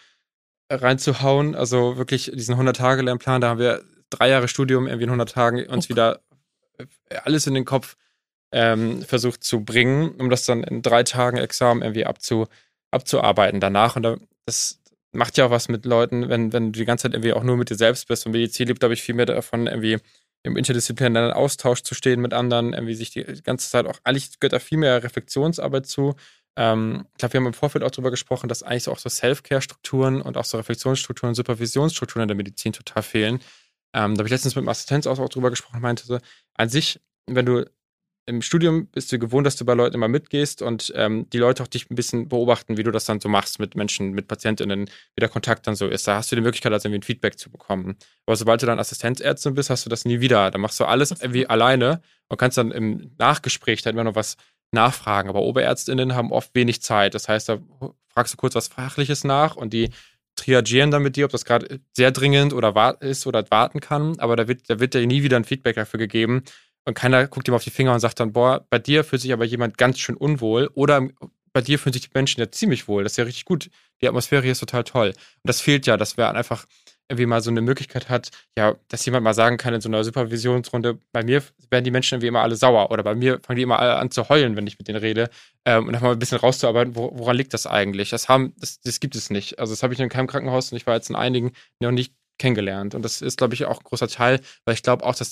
reinzuhauen. Also wirklich diesen 100-Tage-Lernplan, da haben wir 3 Jahre Studium irgendwie in 100 Tagen uns wieder alles in den Kopf versucht zu bringen, um das dann in 3 Tagen Examen irgendwie abzuarbeiten danach. Und das macht ja auch was mit Leuten, wenn du die ganze Zeit irgendwie auch nur mit dir selbst bist. Und Medizin lebt, glaube ich, viel mehr davon, irgendwie im interdisziplinären Austausch zu stehen mit anderen, irgendwie sich die ganze Zeit auch, eigentlich gehört da viel mehr Reflexionsarbeit zu. Ich glaube, wir haben im Vorfeld auch darüber gesprochen, dass eigentlich so auch so Self-Care-Strukturen und auch so Reflexionsstrukturen, Supervisionsstrukturen in der Medizin total fehlen. Da habe ich letztens mit dem Assistenz auch drüber gesprochen, meinte so, an sich, wenn du im Studium bist du gewohnt, dass du bei Leuten immer mitgehst und die Leute auch dich ein bisschen beobachten, wie du das dann so machst mit Menschen, mit PatientInnen, wie der Kontakt dann so ist. Da hast du die Möglichkeit, also irgendwie ein Feedback zu bekommen. Aber sobald du dann Assistenzärztin bist, hast du das nie wieder. Da machst du alles irgendwie alleine und kannst dann im Nachgespräch dann immer noch was nachfragen. Aber OberärztInnen haben oft wenig Zeit. Das heißt, da fragst du kurz was Fachliches nach und die triagieren dann mit dir, ob das gerade sehr dringend oder ist oder warten kann. Aber da wird dir nie wieder ein Feedback dafür gegeben. Und keiner guckt ihm auf die Finger und sagt dann, boah, bei dir fühlt sich aber jemand ganz schön unwohl oder bei dir fühlen sich die Menschen ja ziemlich wohl. Das ist ja richtig gut. Die Atmosphäre hier ist total toll. Und das fehlt ja, dass wer einfach irgendwie mal so eine Möglichkeit hat, ja, dass jemand mal sagen kann in so einer Supervisionsrunde, bei mir werden die Menschen irgendwie immer alle sauer oder bei mir fangen die immer alle an zu heulen, wenn ich mit denen rede und dann mal ein bisschen rauszuarbeiten, woran liegt das eigentlich? Das gibt es nicht. Also das habe ich in keinem Krankenhaus und ich war jetzt in einigen noch nicht kennengelernt. Und das ist, glaube ich, auch ein großer Teil, weil ich glaube auch, dass die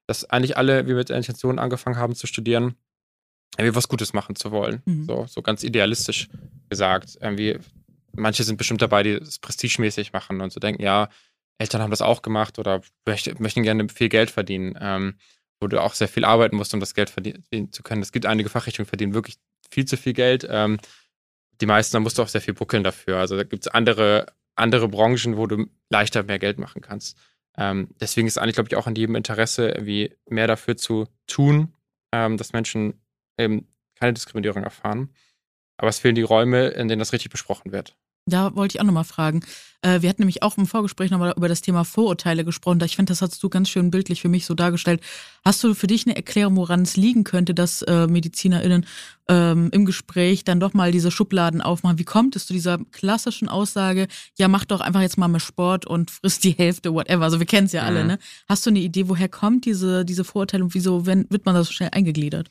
dass eigentlich alle wie mit der Intention angefangen haben zu studieren, irgendwie was Gutes machen zu wollen. So ganz idealistisch gesagt. Irgendwie, manche sind bestimmt dabei, die es prestigemäßig machen und so denken, ja, Eltern haben das auch gemacht oder möchten gerne viel Geld verdienen, wo du auch sehr viel arbeiten musst, um das Geld verdienen zu können. Es gibt einige Fachrichtungen, verdienen wirklich viel zu viel Geld. Die meisten, da musst du auch sehr viel buckeln dafür. Also da gibt es andere Branchen, wo du leichter mehr Geld machen kannst. Deswegen ist eigentlich, glaube ich, auch an jedem Interesse, irgendwie mehr dafür zu tun, dass Menschen eben keine Diskriminierung erfahren. Aber es fehlen die Räume, in denen das richtig besprochen wird. Da wollte ich auch nochmal fragen. Wir hatten nämlich auch im Vorgespräch nochmal über das Thema Vorurteile gesprochen. Ich finde, das hast du ganz schön bildlich für mich so dargestellt. Hast du für dich eine Erklärung, woran es liegen könnte, dass MedizinerInnen im Gespräch dann doch mal diese Schubladen aufmachen? Wie kommt es zu dieser klassischen Aussage, ja, mach doch einfach jetzt mal mehr Sport und frisst die Hälfte, whatever. Also wir kennen es ja alle, ne? Hast du eine Idee, woher kommt diese Vorurteile und wieso wird man da so schnell eingegliedert?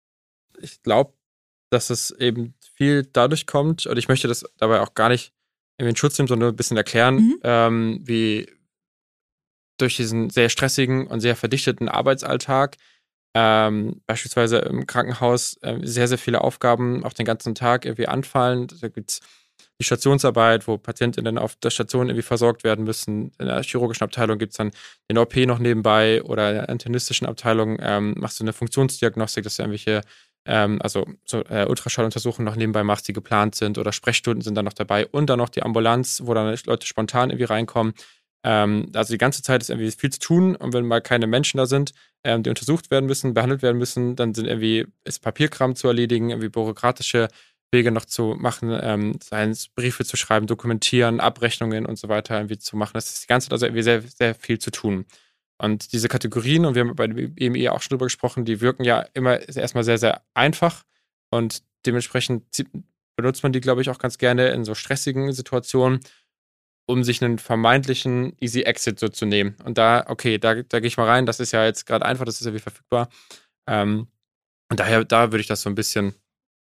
Ich glaube, dass es eben viel dadurch kommt, und ich möchte das dabei auch gar nicht in Schutz nehmen, sondern ein bisschen erklären, wie durch diesen sehr stressigen und sehr verdichteten Arbeitsalltag, beispielsweise im Krankenhaus, sehr, sehr viele Aufgaben auch den ganzen Tag irgendwie anfallen. Da gibt es die Stationsarbeit, wo PatientInnen auf der Station irgendwie versorgt werden müssen. In der chirurgischen Abteilung gibt es dann den OP noch nebenbei, oder in der internistischen Abteilung machst du eine Funktionsdiagnostik, dass du irgendwelche Ultraschalluntersuchungen noch nebenbei machst, die geplant sind, oder Sprechstunden sind dann noch dabei, und dann noch die Ambulanz, wo dann Leute spontan irgendwie reinkommen. Also die ganze Zeit ist irgendwie viel zu tun, und wenn mal keine Menschen da sind, die untersucht werden müssen, behandelt werden müssen, dann ist Papierkram zu erledigen, irgendwie bürokratische Wege noch zu machen, seien es Briefe zu schreiben, dokumentieren, Abrechnungen und so weiter irgendwie zu machen. Das ist die ganze Zeit also irgendwie sehr, sehr viel zu tun. Und diese Kategorien, und wir haben bei dem EMI auch schon drüber gesprochen, die wirken ja immer erstmal sehr, sehr einfach, und dementsprechend benutzt man die, glaube ich, auch ganz gerne in so stressigen Situationen, um sich einen vermeintlichen Easy Exit so zu nehmen. Und da gehe ich mal rein, das ist ja jetzt gerade einfach, das ist ja wie verfügbar. Und daher, da würde ich das so ein bisschen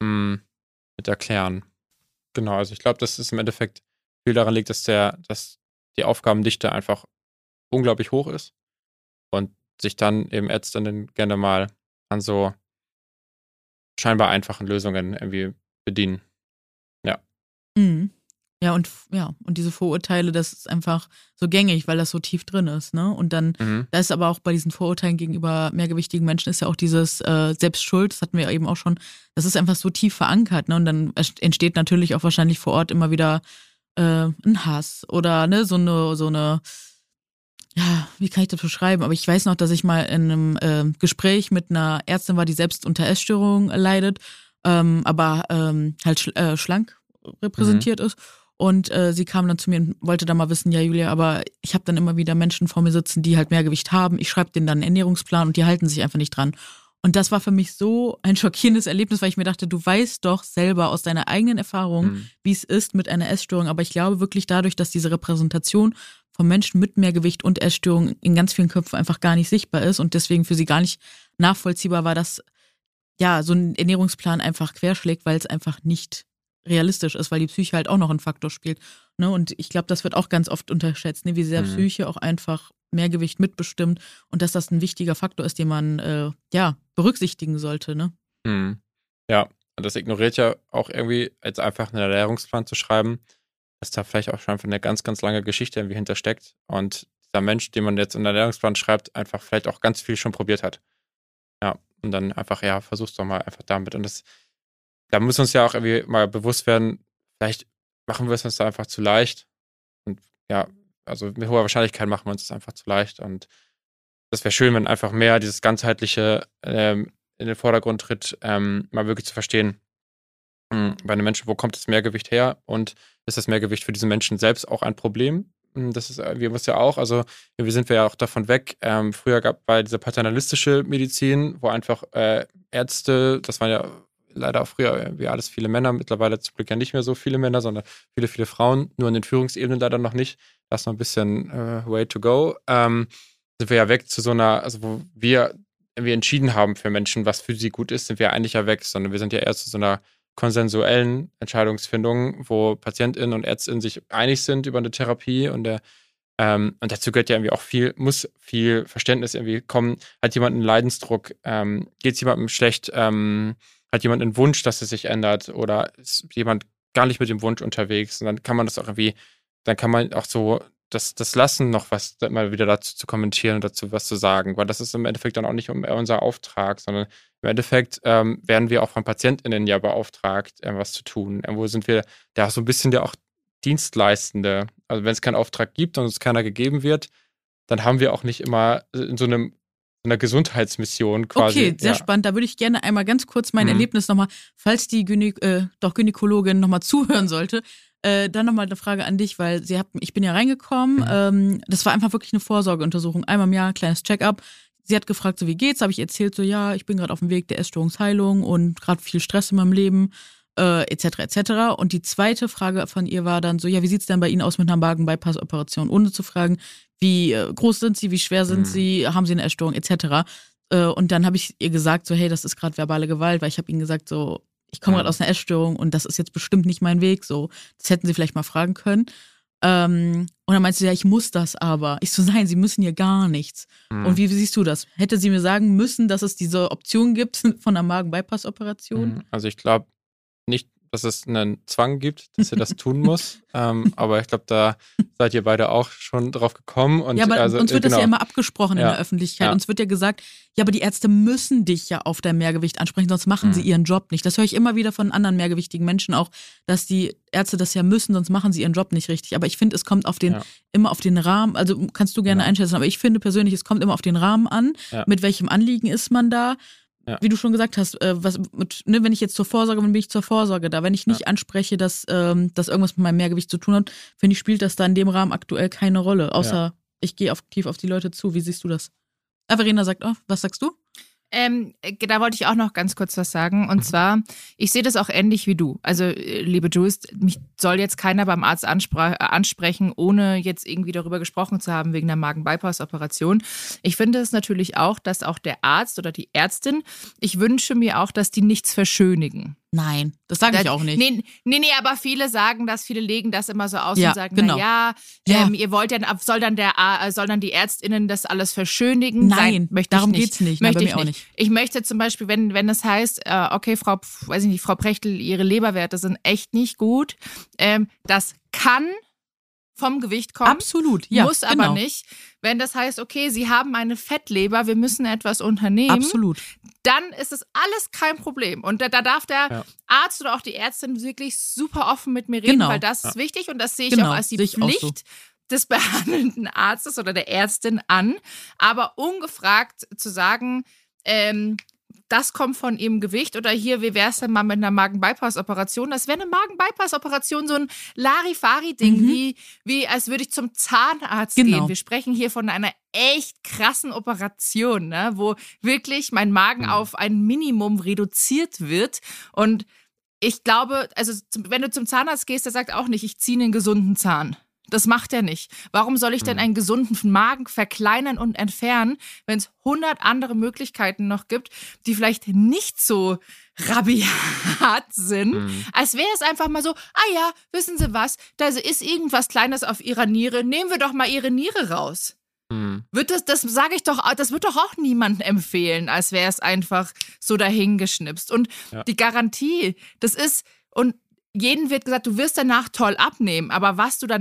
mit erklären. Genau, also ich glaube, dass es im Endeffekt viel daran liegt, dass die Aufgabendichte einfach unglaublich hoch ist und sich dann eben Ärztinnen gerne mal an so scheinbar einfachen Lösungen irgendwie bedienen. Ja. Mhm. Ja, und diese Vorurteile, das ist einfach so gängig, weil das so tief drin ist, ne? Und dann, da ist aber auch bei diesen Vorurteilen gegenüber mehrgewichtigen Menschen ist ja auch dieses Selbstschuld, das hatten wir eben auch schon, das ist einfach so tief verankert, ne? Und dann entsteht natürlich auch wahrscheinlich vor Ort immer wieder ein Hass oder ne, so eine, ja, wie kann ich das beschreiben? Aber ich weiß noch, dass ich mal in einem Gespräch mit einer Ärztin war, die selbst unter Essstörungen leidet, aber halt schlank repräsentiert ist. Und sie kam dann zu mir und wollte dann mal wissen, ja Julia, aber ich habe dann immer wieder Menschen vor mir sitzen, die halt mehr Gewicht haben. Ich schreibe denen dann einen Ernährungsplan und die halten sich einfach nicht dran. Und das war für mich so ein schockierendes Erlebnis, weil ich mir dachte, du weißt doch selber aus deiner eigenen Erfahrung, wie es ist mit einer Essstörung. Aber ich glaube wirklich dadurch, dass diese Repräsentation von Menschen mit mehr Gewicht und Essstörung in ganz vielen Köpfen einfach gar nicht sichtbar ist und deswegen für sie gar nicht nachvollziehbar war, dass ja so ein Ernährungsplan einfach querschlägt, weil es einfach nicht realistisch ist, weil die Psyche halt auch noch ein Faktor spielt. Ne? Und ich glaube, das wird auch ganz oft unterschätzt, ne? Wie sehr Psyche auch einfach Mehrgewicht mitbestimmt und dass das ein wichtiger Faktor ist, den man berücksichtigen sollte. Ne? Ja, und das ignoriert ja auch irgendwie, jetzt einfach einen Ernährungsplan zu schreiben, dass da vielleicht auch schon einfach eine ganz, ganz lange Geschichte irgendwie hintersteckt, und dieser Mensch, den man jetzt in den Ernährungsplan schreibt, einfach vielleicht auch ganz viel schon probiert hat. Ja, und dann einfach, ja, versuch's doch mal einfach damit. Und da muss uns ja auch irgendwie mal bewusst werden, vielleicht machen wir es uns da einfach zu leicht. Und ja, also mit hoher Wahrscheinlichkeit machen wir uns das einfach zu leicht. Und das wäre schön, wenn einfach mehr dieses Ganzheitliche in den Vordergrund tritt, mal wirklich zu verstehen, bei einem Menschen, wo kommt das Mehrgewicht her, und ist das Mehrgewicht für diesen Menschen selbst auch ein Problem? Das ist, wir müssen ja auch, also wir sind ja auch davon weg. Früher war diese paternalistische Medizin, wo einfach Ärzte, das waren ja leider auch früher wie alles viele Männer, mittlerweile zum Glück ja nicht mehr so viele Männer, sondern viele, viele Frauen, nur in den Führungsebenen leider noch nicht. Das ist noch ein bisschen way to go. Sind wir ja weg zu so einer, also wo wir entschieden haben für Menschen, was für sie gut ist, sind wir eigentlich ja weg, sondern wir sind ja eher zu so einer konsensuellen Entscheidungsfindung, wo PatientInnen und ÄrztInnen sich einig sind über eine Therapie und der Und dazu gehört ja irgendwie auch muss viel Verständnis irgendwie kommen. Hat jemand einen Leidensdruck? Geht es jemandem schlecht? Hat jemand einen Wunsch, dass es sich ändert? Oder ist jemand gar nicht mit dem Wunsch unterwegs? Und dann kann man das auch irgendwie, dann kann man auch so das lassen, noch was mal wieder dazu zu kommentieren und dazu was zu sagen. Weil das ist im Endeffekt dann auch nicht unser Auftrag, sondern im Endeffekt werden wir auch von PatientInnen ja beauftragt, was zu tun. Irgendwo sind wir da auch so ein bisschen auch Dienstleistende. Also wenn es keinen Auftrag gibt und uns keiner gegeben wird, dann haben wir auch nicht immer in so einer Gesundheitsmission quasi. Okay, sehr spannend. Da würde ich gerne einmal ganz kurz mein Erlebnis nochmal, falls die Gynäkologin nochmal zuhören sollte, dann nochmal eine Frage an dich, weil ich bin ja reingekommen, das war einfach wirklich eine Vorsorgeuntersuchung, einmal im Jahr, kleines Check-up. Sie hat gefragt, so wie geht's? Habe ich erzählt, so ja, ich bin gerade auf dem Weg der Essstörungsheilung und gerade viel Stress in meinem Leben, etc. etc. Und die zweite Frage von ihr war dann so, ja, wie sieht's denn bei Ihnen aus mit einer Magen-Bypass-Operation? Ohne zu fragen, wie groß sind Sie, wie schwer sind Sie, haben Sie eine Essstörung, etc. Und dann habe ich ihr gesagt, so hey, das ist gerade verbale Gewalt, weil ich habe ihnen gesagt, so ich komme gerade aus einer Essstörung und das ist jetzt bestimmt nicht mein Weg, so das hätten Sie vielleicht mal fragen können. Und dann meinte sie, ja, ich muss das aber. Ich so, nein, Sie müssen hier gar nichts. Und wie siehst du das? Hätte sie mir sagen müssen, dass es diese Option gibt von einer Magen-Bypass-Operation? Also ich glaube nicht, dass es einen Zwang gibt, dass sie das tun muss. Aber ich glaube, da seid ihr beide auch schon drauf gekommen. Und ja, aber uns wird das ja immer abgesprochen in Ja. der Öffentlichkeit. Ja. Uns wird ja gesagt, ja, aber die Ärzte müssen dich ja auf dein Mehrgewicht ansprechen, sonst machen sie ihren Job nicht. Das höre ich immer wieder von anderen mehrgewichtigen Menschen auch, dass die Ärzte das ja müssen, sonst machen sie ihren Job nicht richtig. Aber ich finde, es kommt immer auf den Rahmen, also kannst du gerne einschätzen, aber ich finde persönlich, es kommt immer auf den Rahmen an, mit welchem Anliegen ist man da. Ja. Wie du schon gesagt hast, wenn ich jetzt zur Vorsorge bin, bin ich zur Vorsorge da. Wenn ich nicht anspreche, dass das irgendwas mit meinem Mehrgewicht zu tun hat, finde ich, spielt das da in dem Rahmen aktuell keine Rolle. Außer ich gehe aktiv auf die Leute zu. Wie siehst du das? Verena sagt auch, was sagst du? Da wollte ich auch noch ganz kurz was sagen. Und zwar, ich sehe das auch ähnlich wie du. Also, liebe Jules, mich soll jetzt keiner beim Arzt ansprechen, ohne jetzt irgendwie darüber gesprochen zu haben, wegen der Magen-Bypass-Operation. Ich finde es natürlich auch, dass auch der Arzt oder die Ärztin, ich wünsche mir auch, dass die nichts verschönigen. Nein, das sage ich auch nicht. Nee, aber viele sagen das, viele legen das immer so aus und sagen, genau. ihr wollt ja, soll dann die ÄrztInnen das alles verschönigen? Nein, darum geht's nicht. Möchte ich nicht. Ich möchte zum Beispiel, wenn es heißt, okay, Frau Prechtl, Ihre Leberwerte sind echt nicht gut, das kann vom Gewicht kommen. Absolut, ja. Muss aber nicht. Wenn das heißt, okay, Sie haben eine Fettleber, wir müssen etwas unternehmen. Absolut. Dann ist es alles kein Problem. Und da darf der Arzt oder auch die Ärztin wirklich super offen mit mir reden, weil das ist wichtig und das sehe ich auch als die Pflicht des behandelnden Arztes oder der Ärztin an. Aber ungefragt zu sagen, das kommt von ihrem Gewicht oder hier, wie wäre es denn mal mit einer Magen-Bypass-Operation? Das wäre eine Magen-Bypass-Operation, so ein Larifari-Ding, wie als würde ich zum Zahnarzt gehen. Wir sprechen hier von einer echt krassen Operation, ne? Wo wirklich mein Magen auf ein Minimum reduziert wird. Und ich glaube, also wenn du zum Zahnarzt gehst, der sagt auch nicht, ich ziehe einen gesunden Zahn. Das macht er nicht. Warum soll ich denn einen gesunden Magen verkleinern und entfernen, wenn es 100 andere Möglichkeiten noch gibt, die vielleicht nicht so rabiat sind, als wäre es einfach mal so, wissen Sie was, da ist irgendwas Kleines auf Ihrer Niere, nehmen wir doch mal Ihre Niere raus. Das sage ich doch, das wird doch auch niemandem empfehlen, als wäre es einfach so dahingeschnipst. Und die Garantie, das ist, und jedem wird gesagt, du wirst danach toll abnehmen, aber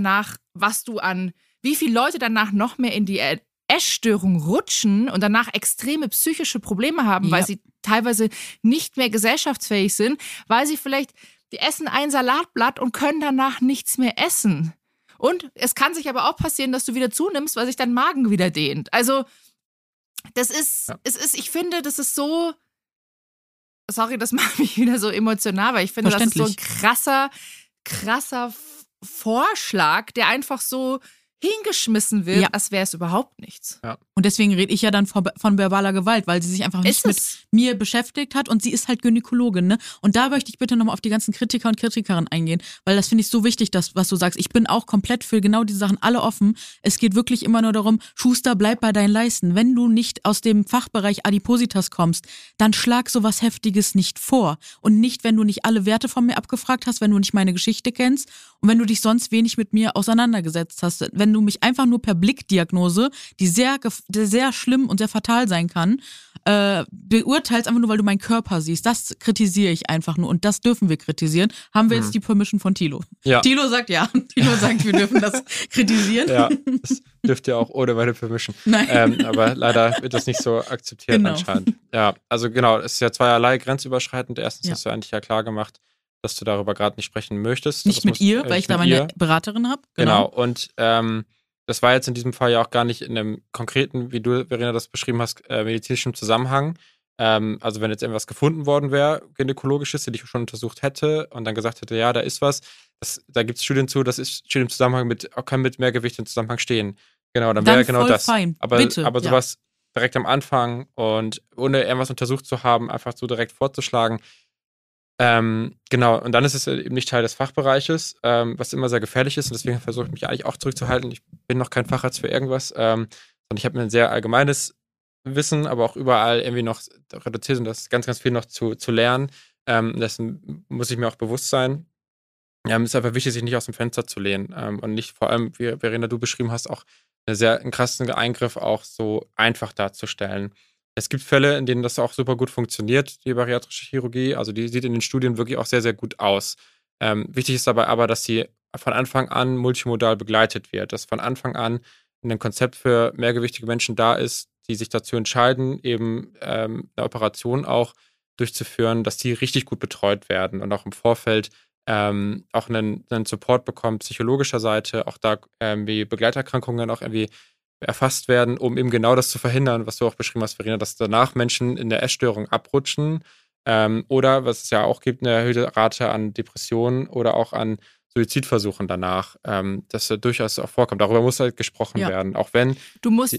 wie viele Leute danach noch mehr in die Essstörung rutschen und danach extreme psychische Probleme haben, weil sie teilweise nicht mehr gesellschaftsfähig sind, weil sie vielleicht, die essen ein Salatblatt und können danach nichts mehr essen. Und es kann sich aber auch passieren, dass du wieder zunimmst, weil sich dein Magen wieder dehnt. Also, ich finde, das ist so. Sorry, das macht mich wieder so emotional, weil ich finde, das ist so ein krasser Vorschlag, der einfach so hingeschmissen wird, als wäre es überhaupt nichts. Ja. Und deswegen rede ich ja dann von verbaler Gewalt, weil sie sich einfach nicht mit mir beschäftigt hat und sie ist halt Gynäkologin, ne? Und da möchte ich bitte nochmal auf die ganzen Kritiker und Kritikerinnen eingehen, weil das finde ich so wichtig, das, was du sagst. Ich bin auch komplett für genau diese Sachen alle offen. Es geht wirklich immer nur darum, Schuster, bleib bei deinen Leisten. Wenn du nicht aus dem Fachbereich Adipositas kommst, dann schlag sowas Heftiges nicht vor. Und nicht, wenn du nicht alle Werte von mir abgefragt hast, wenn du nicht meine Geschichte kennst und wenn du dich sonst wenig mit mir auseinandergesetzt hast. Wenn wenn du mich einfach nur per Blickdiagnose, die sehr schlimm und sehr fatal sein kann, beurteilst einfach nur, weil du meinen Körper siehst. Das kritisiere ich einfach nur und das dürfen wir kritisieren. Haben wir jetzt die Permission von Thilo? Ja. Thilo sagt ja. Thilo sagt, wir dürfen das kritisieren. Ja, das dürft ihr auch ohne meine Permission. Nein. Aber leider wird das nicht so akzeptiert anscheinend. Ja, also genau, es ist ja zweierlei grenzüberschreitend. Erstens hast du eigentlich ja klar gemacht, dass du darüber gerade nicht sprechen möchtest. Nicht mit ihr, weil ich da meine Beraterin habe. Genau, und das war jetzt in diesem Fall ja auch gar nicht in einem konkreten, wie du, Verena, das beschrieben hast, medizinischen Zusammenhang. Also wenn jetzt irgendwas gefunden worden wäre, gynäkologisches, die ich schon untersucht hätte und dann gesagt hätte, ja, da ist was, da gibt es Studien zu, das steht im Zusammenhang kann mit Mehrgewicht im Zusammenhang stehen. Genau, dann wäre genau das. Fein. Aber Bitte, sowas direkt am Anfang und ohne irgendwas untersucht zu haben, einfach so direkt vorzuschlagen. Genau, und dann ist es eben nicht Teil des Fachbereiches, was immer sehr gefährlich ist und deswegen versuche ich mich eigentlich auch zurückzuhalten. Ich bin noch kein Facharzt für irgendwas und ich habe mir ein sehr allgemeines Wissen, aber auch überall irgendwie noch reduziert und das ist ganz, ganz viel noch zu lernen. Dessen muss ich mir auch bewusst sein. Es ist einfach wichtig, sich nicht aus dem Fenster zu lehnen und nicht vor allem, wie Verena, du beschrieben hast, auch einen krassen Eingriff auch so einfach darzustellen. Es gibt Fälle, in denen das auch super gut funktioniert, die bariatrische Chirurgie. Also die sieht in den Studien wirklich auch sehr, sehr gut aus. Wichtig ist dabei aber, dass sie von Anfang an multimodal begleitet wird, dass von Anfang an ein Konzept für mehrgewichtige Menschen da ist, die sich dazu entscheiden, eben eine Operation auch durchzuführen, dass die richtig gut betreut werden und auch im Vorfeld auch einen Support bekommen, psychologischer Seite, auch da wie Begleiterkrankungen auch irgendwie erfasst werden, um eben genau das zu verhindern, was du auch beschrieben hast, Verena, dass danach Menschen in der Essstörung abrutschen oder, was es ja auch gibt, eine erhöhte Rate an Depressionen oder auch an Suizidversuchen danach, das durchaus auch vorkommt. Darüber muss halt gesprochen werden, auch wenn... Du musst,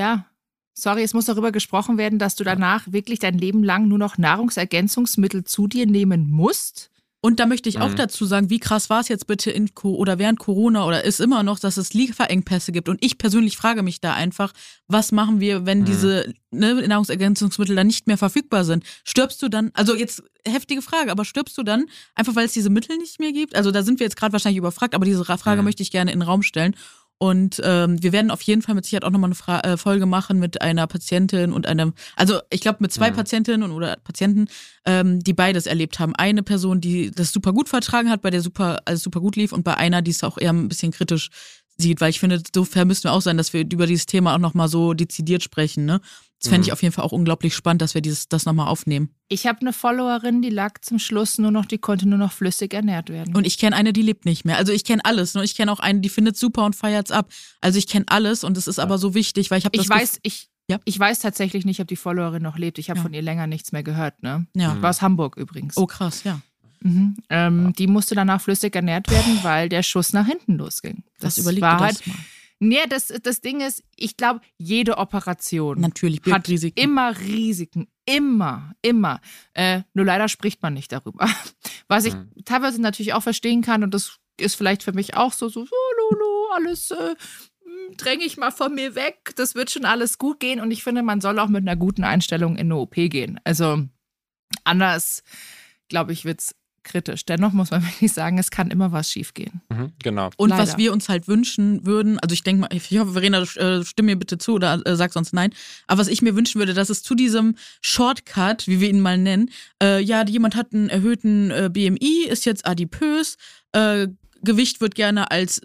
es muss darüber gesprochen werden, dass du danach wirklich dein Leben lang nur noch Nahrungsergänzungsmittel zu dir nehmen musst. Und da möchte ich auch dazu sagen, wie krass war es jetzt bitte oder während Corona oder ist immer noch, dass es Lieferengpässe gibt. Und ich persönlich frage mich da einfach, was machen wir, wenn diese Nahrungsergänzungsmittel dann nicht mehr verfügbar sind? Stirbst du dann, also jetzt heftige Frage, aber stirbst du dann einfach, weil es diese Mittel nicht mehr gibt? Also da sind wir jetzt gerade wahrscheinlich überfragt, aber diese Frage möchte ich gerne in den Raum stellen. Und wir werden auf jeden Fall mit Sicherheit auch nochmal eine Folge machen mit einer Patientin und ich glaube mit zwei Patientinnen oder Patienten, die beides erlebt haben. Eine Person, die das super gut vertragen hat, bei der alles super gut lief und bei einer, die es auch eher ein bisschen kritisch sieht, weil ich finde, so fair müssen wir auch sein, dass wir über dieses Thema auch nochmal so dezidiert sprechen, ne? Das fände ich auf jeden Fall auch unglaublich spannend, dass wir das nochmal aufnehmen. Ich habe eine Followerin, die lag zum Schluss die konnte nur noch flüssig ernährt werden. Und ich kenne eine, die lebt nicht mehr. Also ich kenne alles. Ne? Ich kenne auch eine, die findet super und feiert's ab. Also ich kenne alles und es ist aber so wichtig, weil ich weiß tatsächlich nicht, ob die Followerin noch lebt. Ich habe von ihr länger nichts mehr gehört. Ne? Ja. War aus Hamburg übrigens. Oh krass, ja. Die musste danach flüssig ernährt werden, weil der Schuss nach hinten losging. Das überleg dir das mal. Nee, das Ding ist, ich glaube, jede Operation natürlich hat immer Risiken. Immer. Nur leider spricht man nicht darüber. Was ich teilweise natürlich auch verstehen kann, und das ist vielleicht für mich auch so alles dränge ich mal von mir weg. Das wird schon alles gut gehen. Und ich finde, man soll auch mit einer guten Einstellung in eine OP gehen. Also anders, glaube ich, wird's kritisch. Dennoch muss man wirklich sagen, es kann immer was schiefgehen. Genau. Und leider. Was wir uns halt wünschen würden, also ich denke mal, ich hoffe, Verena, stimm mir bitte zu oder sag sonst nein, aber was ich mir wünschen würde, dass es zu diesem Shortcut, wie wir ihn mal nennen, jemand hat einen erhöhten BMI, ist jetzt adipös, Gewicht wird gerne als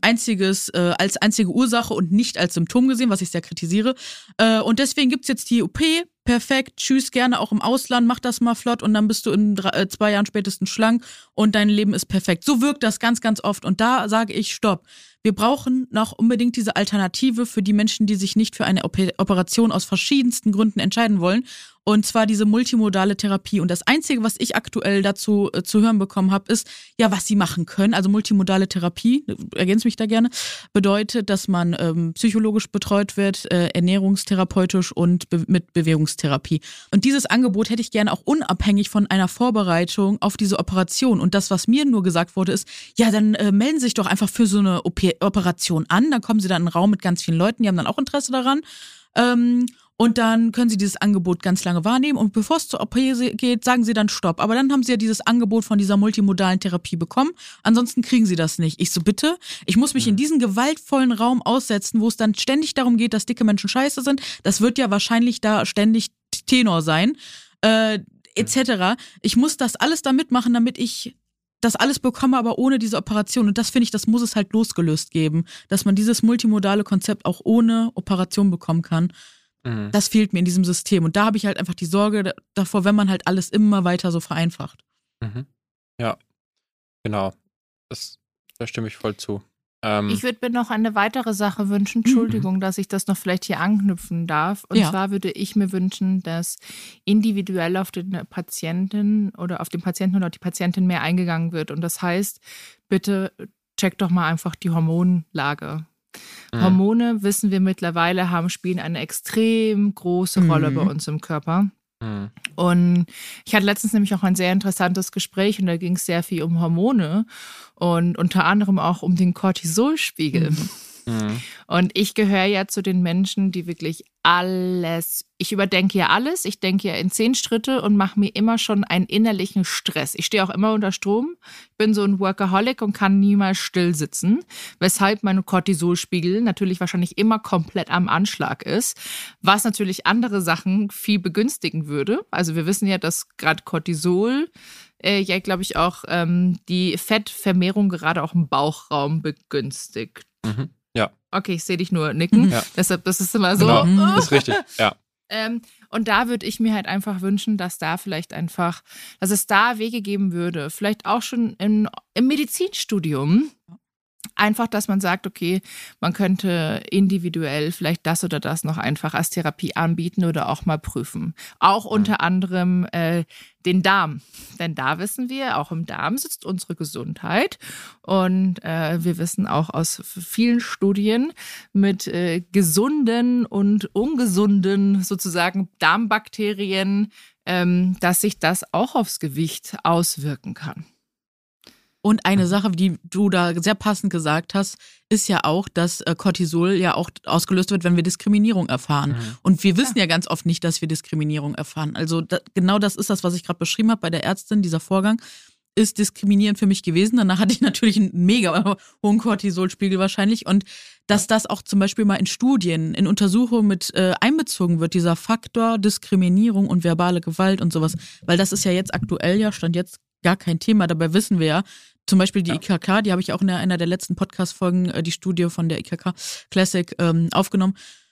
einzige Ursache und nicht als Symptom gesehen, was ich sehr kritisiere. Und deswegen gibt's jetzt die OP. Perfekt, tschüss, gerne auch im Ausland, mach das mal flott und dann bist du in 2 Jahren spätestens schlank und dein Leben ist perfekt. So wirkt das ganz, ganz oft und da sage ich Stopp. Wir brauchen noch unbedingt diese Alternative für die Menschen, die sich nicht für eine Operation aus verschiedensten Gründen entscheiden wollen. Und zwar diese multimodale Therapie. Und das Einzige, was ich aktuell dazu zu hören bekommen habe, ist, ja, was sie machen können. Also multimodale Therapie, ergänze mich da gerne, bedeutet, dass man psychologisch betreut wird, ernährungstherapeutisch und mit Bewegungstherapie. Und dieses Angebot hätte ich gerne auch unabhängig von einer Vorbereitung auf diese Operation. Und das, was mir nur gesagt wurde, ist, ja, dann melden Sie sich doch einfach für so eine Operation an. Dann kommen Sie dann in einen Raum mit ganz vielen Leuten, die haben dann auch Interesse daran. Und dann können sie dieses Angebot ganz lange wahrnehmen und bevor es zur OP geht, sagen sie dann Stopp. Aber dann haben sie ja dieses Angebot von dieser multimodalen Therapie bekommen. Ansonsten kriegen sie das nicht. Ich so, bitte? Ich muss mich in diesen gewaltvollen Raum aussetzen, wo es dann ständig darum geht, dass dicke Menschen scheiße sind. Das wird ja wahrscheinlich da ständig Tenor sein, etc. Ich muss das alles da mitmachen, damit ich das alles bekomme, aber ohne diese Operation. Und das finde ich, das muss es halt losgelöst geben, dass man dieses multimodale Konzept auch ohne Operation bekommen kann. Das fehlt mir in diesem System. Und da habe ich halt einfach die Sorge davor, wenn man halt alles immer weiter so vereinfacht. Ja, genau. Da stimme ich voll zu. Ich würde mir noch eine weitere Sache wünschen. Entschuldigung, dass ich das noch vielleicht hier anknüpfen darf. Und zwar würde ich mir wünschen, dass individuell auf den Patienten oder auf die Patientin mehr eingegangen wird. Und das heißt, bitte check doch mal einfach die Hormonlage. Hormone, wissen wir mittlerweile, spielen eine extrem große Rolle bei uns im Körper. Und ich hatte letztens nämlich auch ein sehr interessantes Gespräch und da ging es sehr viel um Hormone und unter anderem auch um den Cortisolspiegel. Und ich gehöre ja zu den Menschen, die wirklich ich überdenke ja alles, ich denke ja in 10 Schritte und mache mir immer schon einen innerlichen Stress. Ich stehe auch immer unter Strom, ich bin so ein Workaholic und kann niemals still sitzen, weshalb mein Cortisolspiegel natürlich wahrscheinlich immer komplett am Anschlag ist, was natürlich andere Sachen viel begünstigen würde. Also wir wissen ja, dass gerade Cortisol ja, glaube ich, auch die Fettvermehrung gerade auch im Bauchraum begünstigt. Ja. Okay, ich sehe dich nur nicken. Ja. Deshalb, das ist immer so. Genau, das ist richtig, ja. Und da würde ich mir halt einfach wünschen, dass es da Wege geben würde, vielleicht auch schon im Medizinstudium, einfach, dass man sagt, okay, man könnte individuell vielleicht das oder das noch einfach als Therapie anbieten oder auch mal prüfen. Auch unter anderem den Darm. Denn da wissen wir, auch im Darm sitzt unsere Gesundheit. Und wir wissen auch aus vielen Studien mit gesunden und ungesunden sozusagen Darmbakterien, dass sich das auch aufs Gewicht auswirken kann. Und eine Sache, die du da sehr passend gesagt hast, ist ja auch, dass Cortisol ja auch ausgelöst wird, wenn wir Diskriminierung erfahren. Und wir wissen ja ganz oft nicht, dass wir Diskriminierung erfahren. Also genau das ist das, was ich gerade beschrieben habe bei der Ärztin. Dieser Vorgang ist diskriminierend für mich gewesen. Danach hatte ich natürlich einen mega hohen Cortisolspiegel wahrscheinlich. Und dass das auch zum Beispiel mal in Studien, in Untersuchungen mit einbezogen wird, dieser Faktor Diskriminierung und verbale Gewalt und sowas. Weil das ist ja jetzt aktuell, stand jetzt gar kein Thema. Dabei wissen wir ja, zum Beispiel die IKK, die habe ich auch in einer der letzten Podcast-Folgen, die Studie von der IKK Classic aufgenommen,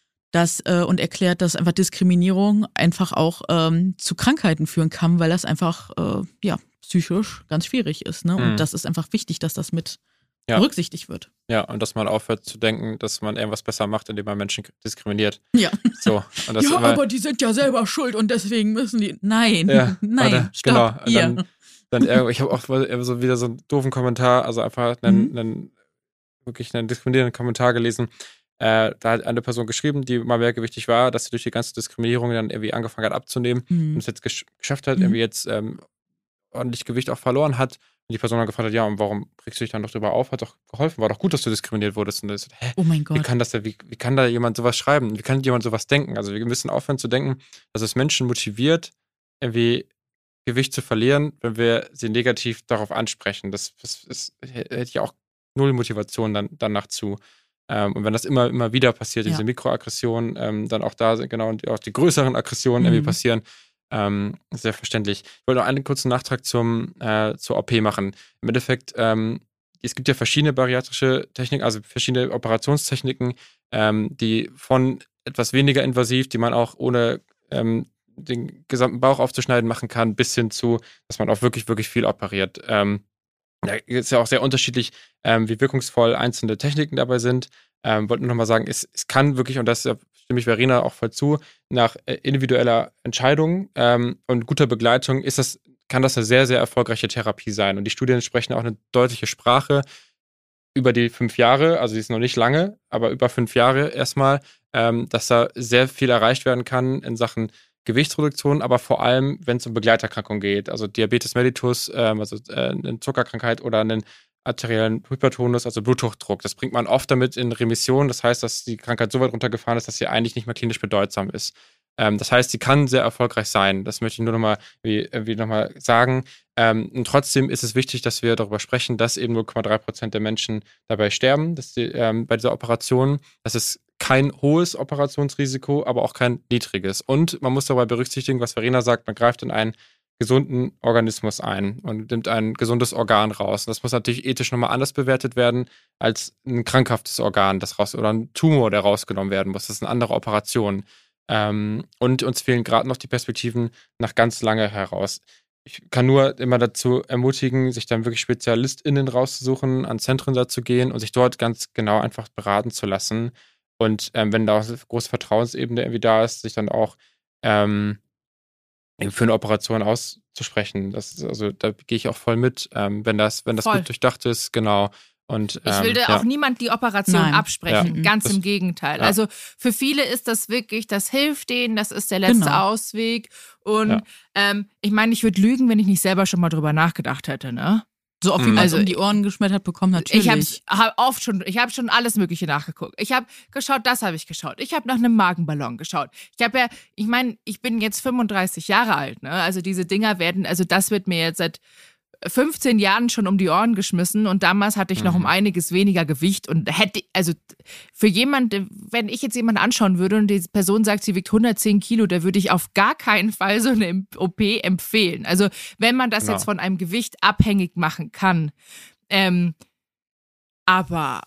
und erklärt, dass einfach Diskriminierung einfach auch zu Krankheiten führen kann, weil das einfach psychisch ganz schwierig ist. Ne? Und das ist einfach wichtig, dass das mit berücksichtigt wird. Ja, und dass man aufhört zu denken, dass man irgendwas besser macht, indem man Menschen diskriminiert. Ja. So, und das aber die sind ja selber schuld und deswegen müssen die. Nein, stopp. Genau. Dann ich habe auch so wieder so einen doofen Kommentar, also einfach einen diskriminierenden Kommentar gelesen. Da hat eine Person geschrieben, die mal mehrgewichtig war, dass sie durch die ganze Diskriminierung dann irgendwie angefangen hat abzunehmen und es jetzt geschafft hat, irgendwie jetzt ordentlich Gewicht auch verloren hat. Und die Person dann gefragt hat, ja, und warum regst du dich dann doch drüber auf? Hat doch geholfen, war doch gut, dass du diskriminiert wurdest. Und dann ist, oh mein Gott. Wie kann da jemand sowas schreiben? Wie kann jemand sowas denken? Also wir müssen aufhören zu denken, dass es Menschen motiviert, irgendwie Gewicht zu verlieren, wenn wir sie negativ darauf ansprechen. Das hätte ja auch null Motivation danach zu. Und wenn das immer wieder passiert, diese Mikroaggressionen, dann auch da genau und auch die größeren Aggressionen irgendwie passieren, sehr verständlich. Ich wollte noch einen kurzen Nachtrag zur OP machen. Im Endeffekt, es gibt ja verschiedene bariatrische Techniken, also verschiedene Operationstechniken, die von etwas weniger invasiv, die man auch ohne den gesamten Bauch aufzuschneiden machen kann, bis hin zu, dass man auch wirklich, wirklich viel operiert. Da ist ja auch sehr unterschiedlich, wie wirkungsvoll einzelne Techniken dabei sind. Wollte nur nochmal sagen, es kann wirklich, und das stimme ich Verena auch voll zu, nach individueller Entscheidung und guter Begleitung kann das eine sehr, sehr erfolgreiche Therapie sein. Und die Studien sprechen auch eine deutliche Sprache über die 5 Jahre, also die ist noch nicht lange, aber über 5 Jahre erstmal, dass da sehr viel erreicht werden kann in Sachen Gewichtsreduktion, aber vor allem, wenn es um Begleiterkrankungen geht, also Diabetes mellitus, also eine Zuckerkrankheit oder einen arteriellen Hypertonus, also Bluthochdruck. Das bringt man oft damit in Remission. Das heißt, dass die Krankheit so weit runtergefahren ist, dass sie eigentlich nicht mehr klinisch bedeutsam ist. Das heißt, sie kann sehr erfolgreich sein. Das möchte ich nur nochmal nochmal sagen. Und trotzdem ist es wichtig, dass wir darüber sprechen, dass eben 0,3% der Menschen dabei sterben, dass die, bei dieser Operation. Das ist kein hohes Operationsrisiko, aber auch kein niedriges. Und man muss dabei berücksichtigen, was Verena sagt, man greift in einen gesunden Organismus ein und nimmt ein gesundes Organ raus. Das muss natürlich ethisch nochmal anders bewertet werden als ein krankhaftes Organ, oder ein Tumor, der rausgenommen werden muss. Das ist eine andere Operation. Und uns fehlen gerade noch die Perspektiven nach ganz lange heraus. Ich kann nur immer dazu ermutigen, sich dann wirklich SpezialistInnen rauszusuchen, an Zentren da zu gehen und sich dort ganz genau einfach beraten zu lassen. Und wenn da eine große Vertrauensebene irgendwie da ist, sich dann auch für eine Operation auszusprechen. Also da gehe ich auch voll mit, wenn das gut durchdacht ist, genau. Und, ich will da auch niemand die Operation absprechen, ganz im Gegenteil. Ja. Also für viele ist das wirklich, das hilft denen, das ist der letzte Ausweg. Und ich meine, ich würde lügen, wenn ich nicht selber schon mal drüber nachgedacht hätte, ne? So oft wie man um die Ohren geschmettert bekommt, natürlich. Ich habe schon alles Mögliche nachgeguckt. Ich habe geschaut, das habe ich geschaut. Ich habe nach einem Magenballon geschaut. Ich bin jetzt 35 Jahre alt, ne? Also diese Dinger das wird mir jetzt seit 15 Jahren schon um die Ohren geschmissen und damals hatte ich noch um einiges weniger Gewicht und für jemanden, wenn ich jetzt jemanden anschauen würde und die Person sagt, sie wiegt 110 Kilo, da würde ich auf gar keinen Fall so eine OP empfehlen. Also wenn man das jetzt von einem Gewicht abhängig machen kann. Aber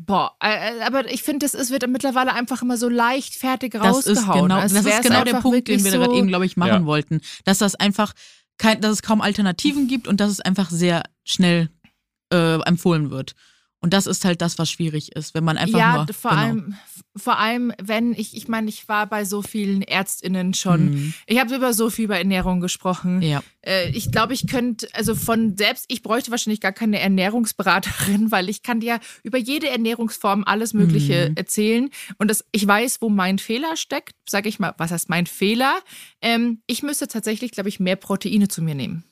ich finde, es wird mittlerweile einfach immer so leichtfertig rausgehauen. Das ist genau der Punkt, den wir da gerade eben, glaube ich, machen wollten. Dass das einfach dass es kaum Alternativen gibt und dass es einfach sehr schnell empfohlen wird. Und das ist halt das, was schwierig ist, wenn man einfach nur... Vor allem, wenn ich meine, ich war bei so vielen ÄrztInnen schon. Ich habe über so viel über Ernährung gesprochen. Ja. Ich glaube, ich bräuchte wahrscheinlich gar keine Ernährungsberaterin, weil ich kann dir über jede Ernährungsform alles Mögliche erzählen. Und ich weiß, wo mein Fehler steckt. Sag ich mal, was heißt mein Fehler? Ich müsste tatsächlich, glaube ich, mehr Proteine zu mir nehmen.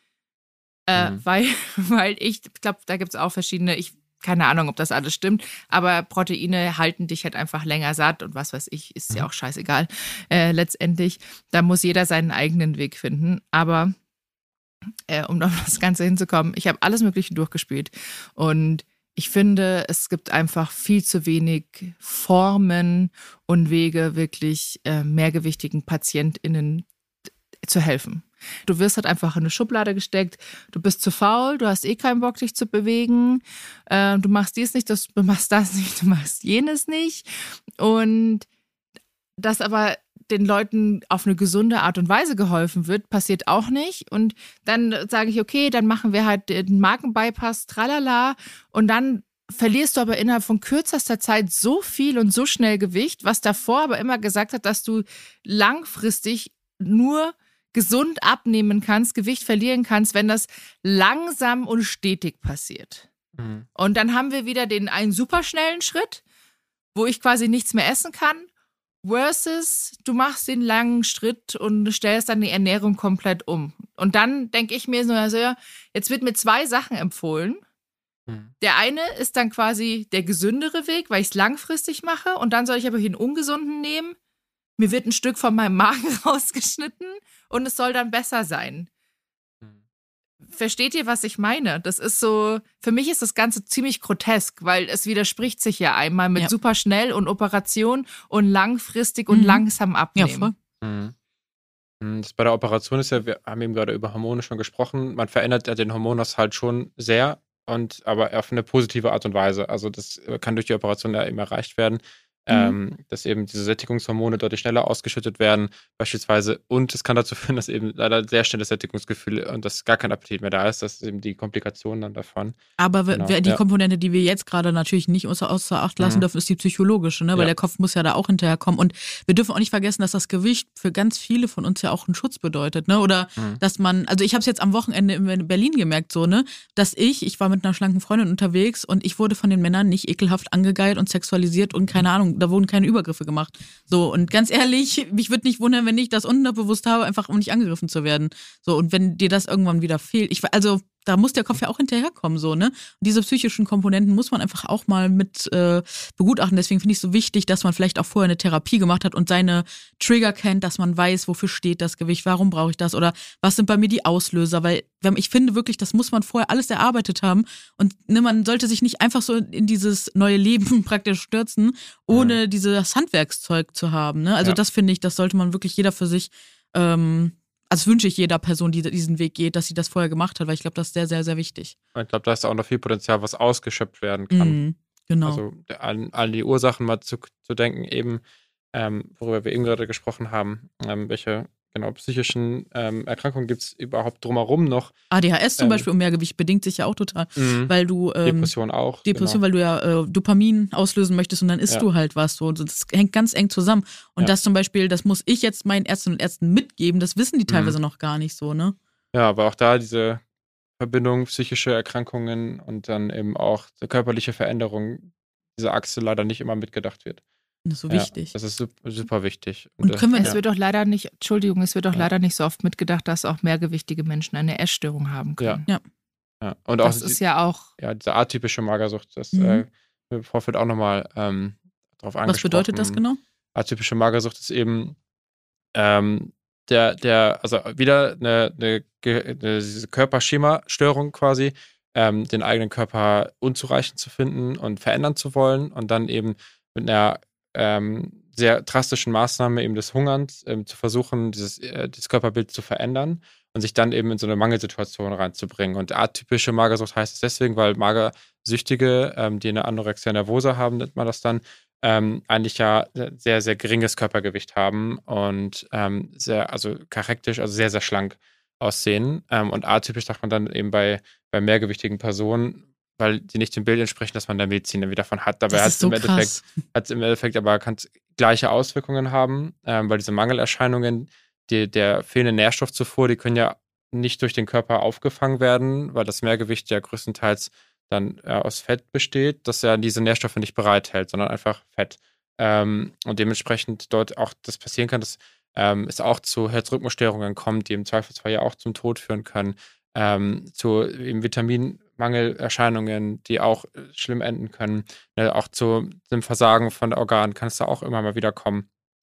Weil ich glaube, da gibt es auch verschiedene, keine Ahnung, ob das alles stimmt, aber Proteine halten dich halt einfach länger satt und was weiß ich, ist ja auch scheißegal. Letztendlich, da muss jeder seinen eigenen Weg finden. Aber um auf das Ganze hinzukommen, ich habe alles Mögliche durchgespielt und ich finde, es gibt einfach viel zu wenig Formen und Wege, wirklich mehrgewichtigen PatientInnen zu helfen. Du wirst halt einfach in eine Schublade gesteckt, du bist zu faul, du hast keinen Bock, dich zu bewegen, du machst dies nicht, du machst das nicht, du machst jenes nicht. Und dass aber den Leuten auf eine gesunde Art und Weise geholfen wird, passiert auch nicht. Und dann sage ich, okay, dann machen wir halt den Magenbypass, tralala, und dann verlierst du aber innerhalb von kürzester Zeit so viel und so schnell Gewicht, was davor aber immer gesagt hat, dass du langfristig nur gesund abnehmen kannst, Gewicht verlieren kannst, wenn das langsam und stetig passiert. Und dann haben wir wieder den einen superschnellen Schritt, wo ich quasi nichts mehr essen kann, versus du machst den langen Schritt und stellst dann die Ernährung komplett um. Und dann denke ich mir so, jetzt wird mir 2 Sachen empfohlen. Der eine ist dann quasi der gesündere Weg, weil ich es langfristig mache und dann soll ich aber hier einen ungesunden nehmen. Mir wird ein Stück von meinem Magen rausgeschnitten und es soll dann besser sein. Versteht ihr, was ich meine? Das ist so, für mich ist das Ganze ziemlich grotesk, weil es widerspricht sich ja einmal mit super schnell und Operation und langfristig und langsam abnehmen. Ja, voll. Das bei der Operation ist ja, wir haben eben gerade über Hormone schon gesprochen, man verändert ja den Hormonhaushalt schon sehr, aber auf eine positive Art und Weise. Also das kann durch die Operation ja eben erreicht werden. Dass eben diese Sättigungshormone deutlich schneller ausgeschüttet werden, beispielsweise. Und es kann dazu führen, dass eben leider sehr schnelles Sättigungsgefühl und dass gar kein Appetit mehr da ist. Das ist eben die Komplikation dann davon. Aber die Komponente, die wir jetzt gerade natürlich nicht außer Acht lassen dürfen, ist die psychologische, ne? Weil der Kopf muss ja da auch hinterherkommen. Und wir dürfen auch nicht vergessen, dass das Gewicht für ganz viele von uns ja auch einen Schutz bedeutet, ne? Oder dass man, also ich habe es jetzt am Wochenende in Berlin gemerkt, so, ne? Dass ich war mit einer schlanken Freundin unterwegs und ich wurde von den Männern nicht ekelhaft angegeilt und sexualisiert und keine Ahnung, da wurden keine Übergriffe gemacht. So, und ganz ehrlich, mich würde nicht wundern, wenn ich das unterbewusst habe, einfach um nicht angegriffen zu werden. So, und wenn dir das irgendwann wieder fehlt, da muss der Kopf ja auch hinterherkommen, so, ne? Und diese psychischen Komponenten muss man einfach auch mal mit begutachten. Deswegen finde ich es so wichtig, dass man vielleicht auch vorher eine Therapie gemacht hat und seine Trigger kennt, dass man weiß, wofür steht das Gewicht, warum brauche ich das oder was sind bei mir die Auslöser, weil ich finde wirklich, das muss man vorher alles erarbeitet haben und ne, man sollte sich nicht einfach so in dieses neue Leben praktisch stürzen, ohne dieses Handwerkszeug zu haben, ne? Also das finde ich, das sollte man wirklich jeder für sich also wünsche ich jeder Person, die diesen Weg geht, dass sie das vorher gemacht hat, weil ich glaube, das ist sehr, sehr, sehr wichtig. Ich glaube, da ist auch noch viel Potenzial, was ausgeschöpft werden kann. Genau. Also an die Ursachen mal zu denken, eben, worüber wir eben gerade gesprochen haben, welche psychischen Erkrankungen gibt es überhaupt drumherum noch. ADHS zum Beispiel und Mehrgewicht bedingt sich ja auch total, weil du Depression auch. Depression, weil du ja Dopamin auslösen möchtest und dann isst du halt was. So. Das hängt ganz eng zusammen. Und das zum Beispiel, das muss ich jetzt meinen Ärztinnen und Ärzten mitgeben, das wissen die teilweise noch gar nicht so, ne? Ja, aber auch da diese Verbindung, psychische Erkrankungen und dann eben auch körperliche Veränderungen, diese Achse leider nicht immer mitgedacht wird. Das ist so wichtig. Das ist super, super wichtig. Und es wird doch leider nicht, leider nicht so oft mitgedacht, dass auch mehrgewichtige Menschen eine Essstörung haben können. Ja. Und das ist ja auch. Ja, diese atypische Magersucht, das wir im Vorfeld auch nochmal drauf angesprochen. Was bedeutet das genau? Atypische Magersucht ist eben also wieder eine diese Körperschema-Störung quasi, den eigenen Körper unzureichend zu finden und verändern zu wollen und dann eben mit einer sehr drastischen Maßnahme eben des Hungerns zu versuchen, dieses Körperbild zu verändern und sich dann eben in so eine Mangelsituation reinzubringen. Und atypische Magersucht heißt es deswegen, weil Magersüchtige, die eine Anorexia nervosa haben, nennt man das dann, eigentlich ja sehr, sehr geringes Körpergewicht haben und also charakteristisch, also sehr, sehr schlank aussehen. Und atypisch sagt man dann eben bei mehrgewichtigen Personen, weil die nicht dem Bild entsprechen, dass man der Medizin irgendwie davon hat. Dabei hat es im Endeffekt aber gleiche Auswirkungen haben, weil diese Mangelerscheinungen, der fehlende Nährstoffzufuhr, die können ja nicht durch den Körper aufgefangen werden, weil das Mehrgewicht ja größtenteils dann aus Fett besteht, das ja diese Nährstoffe nicht bereithält, sondern einfach Fett. Und dementsprechend dort auch das passieren kann, dass es auch zu Herzrhythmusstörungen kommt, die im Zweifelsfall ja auch zum Tod führen können, zu eben Vitaminmangelerscheinungen, die auch schlimm enden können. Auch zu dem Versagen von Organen kann es da auch immer mal wieder kommen.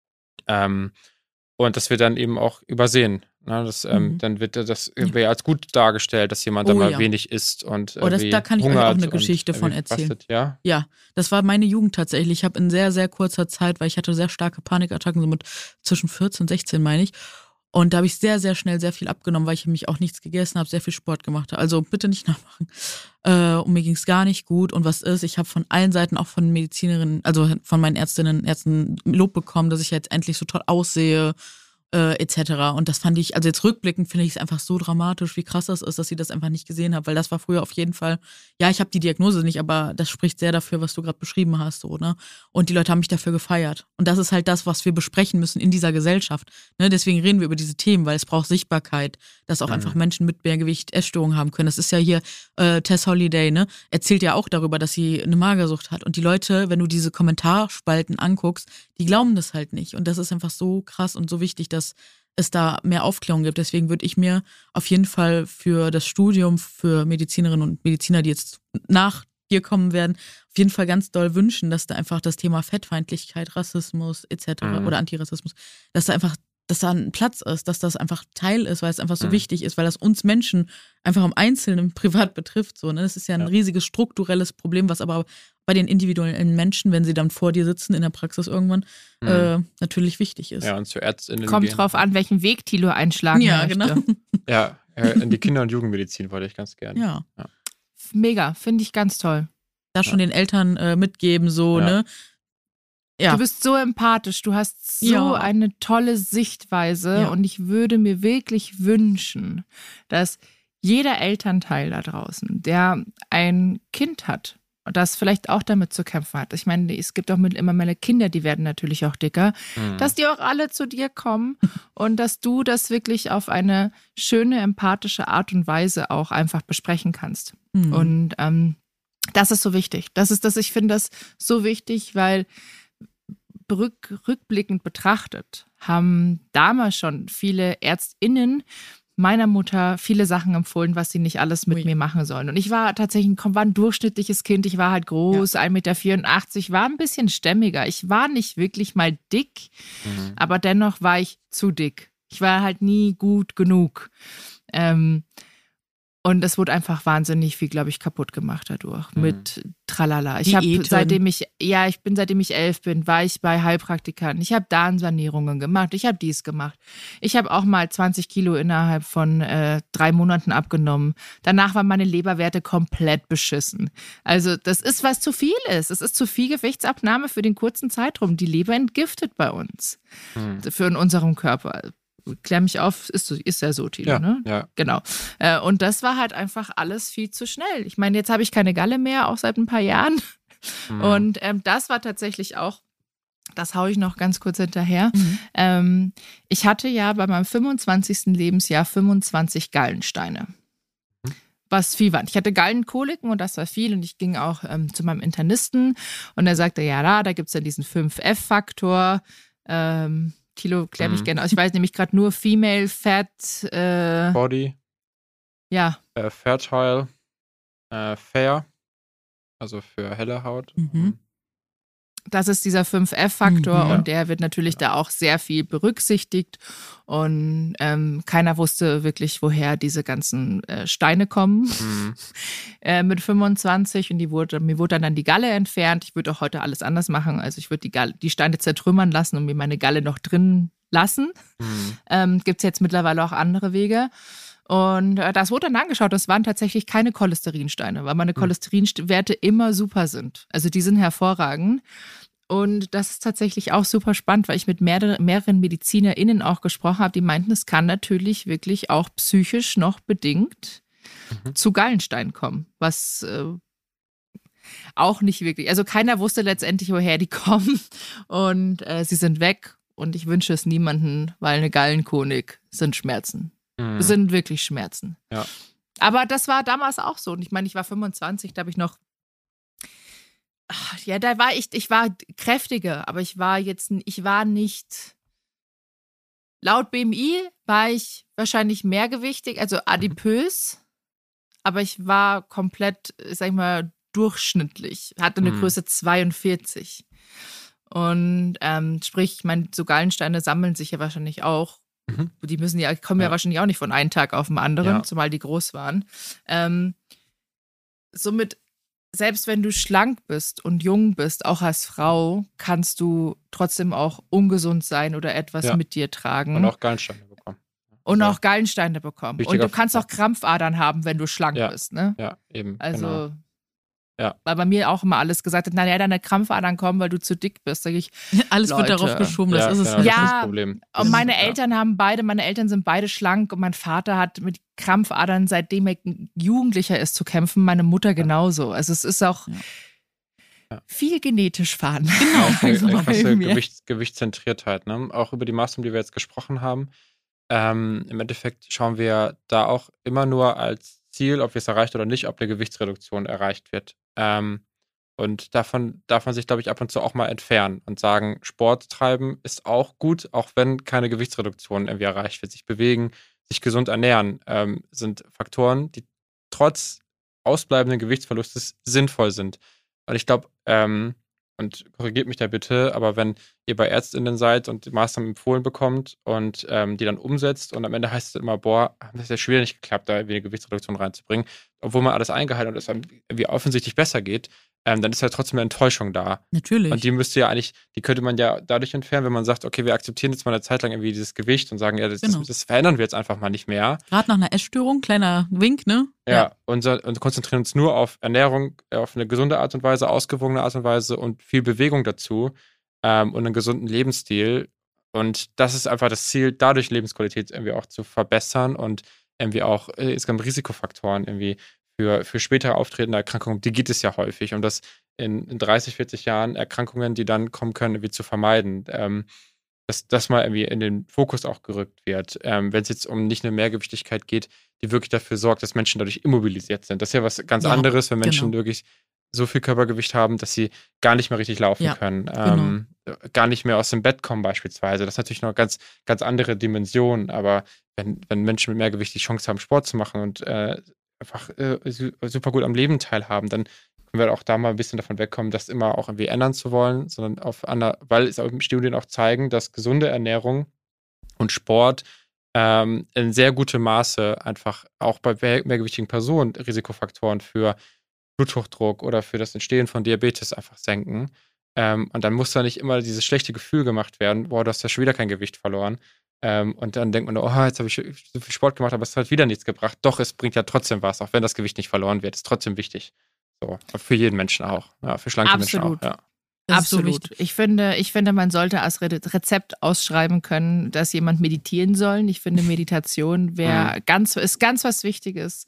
Und das wird dann eben auch übersehen. Ne? Dann wird das irgendwie als gut dargestellt, dass jemand dann mal wenig isst und da kann ich euch auch eine Geschichte von erzählen. Fastet, ja? Ja, das war meine Jugend tatsächlich. Ich habe in sehr, sehr kurzer Zeit, weil ich hatte sehr starke Panikattacken, so mit zwischen 14 und 16 meine ich. Und da habe ich sehr, sehr schnell sehr viel abgenommen, weil ich nämlich auch nichts gegessen habe, sehr viel Sport gemacht habe. Also bitte nicht nachmachen. Und mir ging es gar nicht gut. Und was ist, ich habe von allen Seiten, auch von Medizinerinnen, also von meinen Ärzten Lob bekommen, dass ich jetzt endlich so toll aussehe, etc. Und das fand ich, also jetzt rückblickend finde ich es einfach so dramatisch, wie krass das ist, dass sie das einfach nicht gesehen haben, weil das war früher auf jeden Fall, ja, ich habe die Diagnose nicht, aber das spricht sehr dafür, was du gerade beschrieben hast, so, ne? Und die Leute haben mich dafür gefeiert. Und das ist halt das, was wir besprechen müssen in dieser Gesellschaft, ne? Deswegen reden wir über diese Themen, weil es braucht Sichtbarkeit, dass auch einfach Menschen mit Mehrgewicht Essstörungen haben können. Das ist ja hier Tess Holliday, ne? Erzählt ja auch darüber, dass sie eine Magersucht hat. Und die Leute, wenn du diese Kommentarspalten anguckst, die glauben das halt nicht. Und das ist einfach so krass und so wichtig, dass es da mehr Aufklärung gibt. Deswegen würde ich mir auf jeden Fall für das Studium für Medizinerinnen und Mediziner, die jetzt nach dir kommen werden, auf jeden Fall ganz doll wünschen, dass da einfach das Thema Fettfeindlichkeit, Rassismus etc. oder Antirassismus, dass da ein Platz ist, dass das einfach Teil ist, weil es einfach so wichtig ist, weil das uns Menschen einfach im Einzelnen privat betrifft. So, ne? Das ist ja ein riesiges strukturelles Problem, was aber bei den individuellen Menschen, wenn sie dann vor dir sitzen in der Praxis irgendwann, natürlich wichtig ist. Ja, und zu Ärztinnen Kommt drauf an, welchen Weg Thilo einschlagen möchte. Genau. Ja, in die Kinder- und Jugendmedizin wollte ich ganz gerne. Ja. Mega, finde ich ganz toll. Da schon den Eltern mitgeben, so, ne? Ja. Du bist so empathisch, du hast so eine tolle Sichtweise und ich würde mir wirklich wünschen, dass jeder Elternteil da draußen, der ein Kind hat, das vielleicht auch damit zu kämpfen hat. Ich meine, es gibt auch immer mehr Kinder, die werden natürlich auch dicker, dass die auch alle zu dir kommen und dass du das wirklich auf eine schöne, empathische Art und Weise auch einfach besprechen kannst. Und das ist so wichtig. Ich finde das so wichtig, weil rückblickend betrachtet haben damals schon viele ÄrztInnen meiner Mutter viele Sachen empfohlen, was sie nicht alles mit mir machen sollen. Und ich war tatsächlich ein durchschnittliches Kind. Ich war halt groß, 1,84 Meter, war ein bisschen stämmiger. Ich war nicht wirklich mal dick, aber dennoch war ich zu dick. Ich war halt nie gut genug. Und es wurde einfach wahnsinnig viel, glaube ich, kaputt gemacht dadurch mit Tralala. Ich bin seitdem ich 11 bin, war ich bei Heilpraktikern. Ich habe Darmsanierungen gemacht. Ich habe dies gemacht. Ich habe auch mal 20 Kilo innerhalb von 3 Monaten abgenommen. Danach waren meine Leberwerte komplett beschissen. Also das ist, was zu viel ist. Es ist zu viel Gewichtsabnahme für den kurzen Zeitraum. Die Leber entgiftet bei uns. Für in unserem Körper. Klär mich auf, ist ja so, Thilo, ne? Ja. Genau. Und das war halt einfach alles viel zu schnell. Ich meine, jetzt habe ich keine Galle mehr, auch seit ein paar Jahren. Und das war tatsächlich auch, das haue ich noch ganz kurz hinterher. Ich hatte ja bei meinem 25. Lebensjahr 25 Gallensteine. Was viel war. Ich hatte Gallenkoliken und das war viel. Und ich ging auch zu meinem Internisten und er sagte, ja, da gibt es ja diesen 5F-Faktor. Thilo, klär mich gerne aus. Ich weiß nämlich gerade nur Female Fat Body. Ja. Fertile. Fair. Also für helle Haut. Das ist dieser 5F-Faktor und der wird natürlich da auch sehr viel berücksichtigt. Und keiner wusste wirklich, woher diese ganzen Steine kommen. Mit 25 und mir wurde dann die Galle entfernt. Ich würde auch heute alles anders machen. Also ich würde die Steine zertrümmern lassen und mir meine Galle noch drin lassen. Gibt es jetzt mittlerweile auch andere Wege. Und das wurde dann angeschaut. Das waren tatsächlich keine Cholesterinsteine, weil meine Cholesterinwerte immer super sind. Also die sind hervorragend. Und das ist tatsächlich auch super spannend, weil ich mit mehreren MedizinerInnen auch gesprochen habe, die meinten, es kann natürlich wirklich auch psychisch noch bedingt zu Gallensteinen kommen, was auch nicht wirklich, also keiner wusste letztendlich, woher die kommen und sie sind weg und ich wünsche es niemandem, weil eine Gallenkolik sind Schmerzen. Sind wirklich Schmerzen. Ja. Aber das war damals auch so und ich meine, ich war 25, da habe ich noch da war ich war kräftiger, aber ich war nicht, laut BMI war ich wahrscheinlich mehrgewichtig, also adipös, aber ich war komplett, sag ich mal, durchschnittlich, hatte eine Größe 42. Und sprich, ich meine, so Gallensteine sammeln sich ja wahrscheinlich auch. Die kommen ja wahrscheinlich auch nicht von einem Tag auf den anderen, zumal die groß waren. Somit, selbst wenn du schlank bist und jung bist, auch als Frau, kannst du trotzdem auch ungesund sein oder etwas mit dir tragen. Und auch Gallensteine bekommen. Auch Gallensteine bekommen. Und du kannst auch Krampfadern haben, wenn du schlank bist. Ne? Ja, eben. Also, genau. Weil bei mir auch immer alles gesagt hat, deine Krampfadern kommen, weil du zu dick bist. Sag ich, alles Leute, wird darauf geschoben, das ist es. Das ist das Problem. Und meine Eltern sind beide schlank und mein Vater hat mit Krampfadern, seitdem er Jugendlicher ist, zu kämpfen. Meine Mutter genauso. Also es ist auch viel genetisch fahren. Genau. Gewichtszentriertheit. Ne? Auch über die Maßnahmen, die wir jetzt gesprochen haben. Im Endeffekt schauen wir da auch immer nur als Ziel, ob wir es erreicht oder nicht, ob eine Gewichtsreduktion erreicht wird. Und davon darf man sich, glaube ich, ab und zu auch mal entfernen und sagen, Sport treiben ist auch gut, auch wenn keine Gewichtsreduktion irgendwie erreicht wird. Sich bewegen, sich gesund ernähren, sind Faktoren, die trotz ausbleibenden Gewichtsverlustes sinnvoll sind. Und ich glaube, und korrigiert mich da bitte, aber wenn ihr bei ÄrztInnen seid und die Maßnahmen empfohlen bekommt und die dann umsetzt und am Ende heißt es immer, das ist ja schwer nicht geklappt, da irgendwie eine Gewichtsreduktion reinzubringen, obwohl man alles eingehalten und es irgendwie offensichtlich besser geht, dann ist ja trotzdem eine Enttäuschung da. Natürlich. Und die könnte man ja dadurch entfernen, wenn man sagt, okay, wir akzeptieren jetzt mal eine Zeit lang irgendwie dieses Gewicht und sagen, das verändern wir jetzt einfach mal nicht mehr. Gerade nach einer Essstörung, kleiner Wink, ne? Ja, und konzentrieren uns nur auf Ernährung, auf eine gesunde Art und Weise, ausgewogene Art und Weise und viel Bewegung dazu und einen gesunden Lebensstil. Und das ist einfach das Ziel, dadurch Lebensqualität irgendwie auch zu verbessern und irgendwie auch insgesamt Risikofaktoren irgendwie für später auftretende Erkrankungen, die gibt es ja häufig, um das in 30, 40 Jahren Erkrankungen, die dann kommen können, irgendwie zu vermeiden. Dass das mal irgendwie in den Fokus auch gerückt wird, wenn es jetzt um nicht eine Mehrgewichtigkeit geht, die wirklich dafür sorgt, dass Menschen dadurch immobilisiert sind. Das ist ja was ganz anderes, wenn Menschen wirklich so viel Körpergewicht haben, dass sie gar nicht mehr richtig laufen können. Gar nicht mehr aus dem Bett kommen beispielsweise. Das ist natürlich noch ganz, ganz andere Dimension. Aber wenn Menschen mit mehr Gewicht die Chance haben, Sport zu machen und einfach super gut am Leben teilhaben, dann können wir auch da mal ein bisschen davon wegkommen, das immer auch irgendwie ändern zu wollen, sondern weil es auch Studien auch zeigen, dass gesunde Ernährung und Sport in sehr gutem Maße einfach auch bei mehrgewichtigen Personen Risikofaktoren für Bluthochdruck oder für das Entstehen von Diabetes einfach senken. Und dann muss da nicht immer dieses schlechte Gefühl gemacht werden, boah, du hast ja schon wieder kein Gewicht verloren. Und dann denkt man, oh, jetzt habe ich so viel Sport gemacht, aber es hat wieder nichts gebracht. Doch, es bringt ja trotzdem was, auch wenn das Gewicht nicht verloren wird. Ist trotzdem wichtig. So, für jeden Menschen auch. Ja, für schlanke Menschen auch. Ja. Absolut. So ich finde, man sollte als Rezept ausschreiben können, dass jemand meditieren soll. Ich finde, Meditation ist ganz was Wichtiges.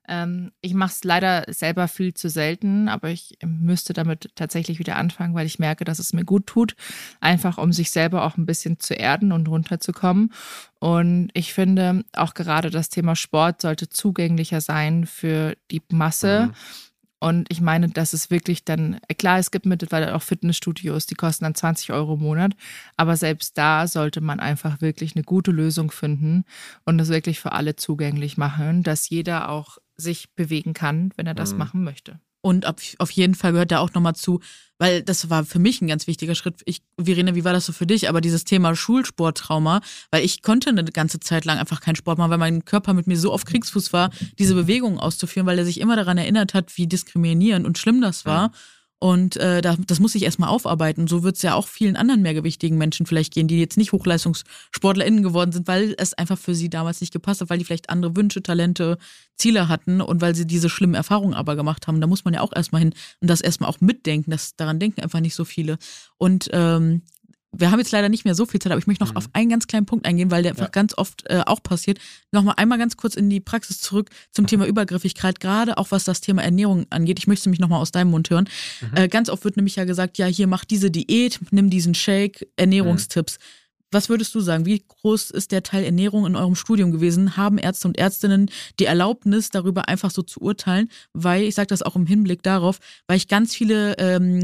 Ich mache es leider selber viel zu selten, aber ich müsste damit tatsächlich wieder anfangen, weil ich merke, dass es mir gut tut, einfach um sich selber auch ein bisschen zu erden und runterzukommen. Und ich finde, auch gerade das Thema Sport sollte zugänglicher sein für die Masse. Und ich meine, das ist wirklich dann, klar, es gibt mittlerweile auch Fitnessstudios, die kosten dann 20 € im Monat, aber selbst da sollte man einfach wirklich eine gute Lösung finden und das wirklich für alle zugänglich machen, dass jeder auch sich bewegen kann, wenn er das machen möchte. Und auf jeden Fall gehört da auch nochmal zu, weil das war für mich ein ganz wichtiger Schritt. Verena, wie war das so für dich? Aber dieses Thema Schulsporttrauma, weil ich konnte eine ganze Zeit lang einfach keinen Sport machen, weil mein Körper mit mir so auf Kriegsfuß war, diese Bewegungen auszuführen, weil er sich immer daran erinnert hat, wie diskriminierend und schlimm das war. Und das muss ich erstmal aufarbeiten. So wird es ja auch vielen anderen mehrgewichtigen Menschen vielleicht gehen, die jetzt nicht HochleistungssportlerInnen geworden sind, weil es einfach für sie damals nicht gepasst hat, weil die vielleicht andere Wünsche, Talente, Ziele hatten und weil sie diese schlimmen Erfahrungen aber gemacht haben. Da muss man ja auch erstmal hin und das erstmal auch mitdenken. Daran denken einfach nicht so viele. Und wir haben jetzt leider nicht mehr so viel Zeit, aber ich möchte noch auf einen ganz kleinen Punkt eingehen, weil der einfach ganz oft auch passiert. Nochmal einmal ganz kurz in die Praxis zurück zum Thema Übergriffigkeit, gerade auch was das Thema Ernährung angeht. Ich möchte mich nochmal aus deinem Mund hören. Ganz oft wird nämlich ja gesagt, ja, hier mach diese Diät, nimm diesen Shake, Ernährungstipps. Was würdest du sagen? Wie groß ist der Teil Ernährung in eurem Studium gewesen? Haben Ärzte und Ärztinnen die Erlaubnis, darüber einfach so zu urteilen? Weil, ich sage das auch im Hinblick darauf, weil ich ganz viele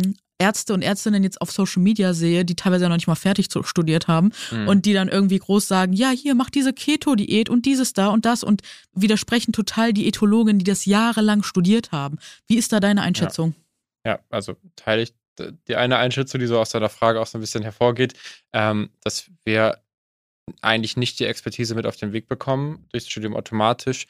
Ärzte und Ärztinnen jetzt auf Social Media sehe, die teilweise noch nicht mal fertig studiert haben und die dann irgendwie groß sagen, ja, hier, mach diese Keto-Diät und dieses da und das und widersprechen total Diätologen, die das jahrelang studiert haben. Wie ist da deine Einschätzung? Ja, also teile ich die eine Einschätzung, die so aus deiner Frage auch so ein bisschen hervorgeht, dass wir eigentlich nicht die Expertise mit auf den Weg bekommen, durchs Studium automatisch,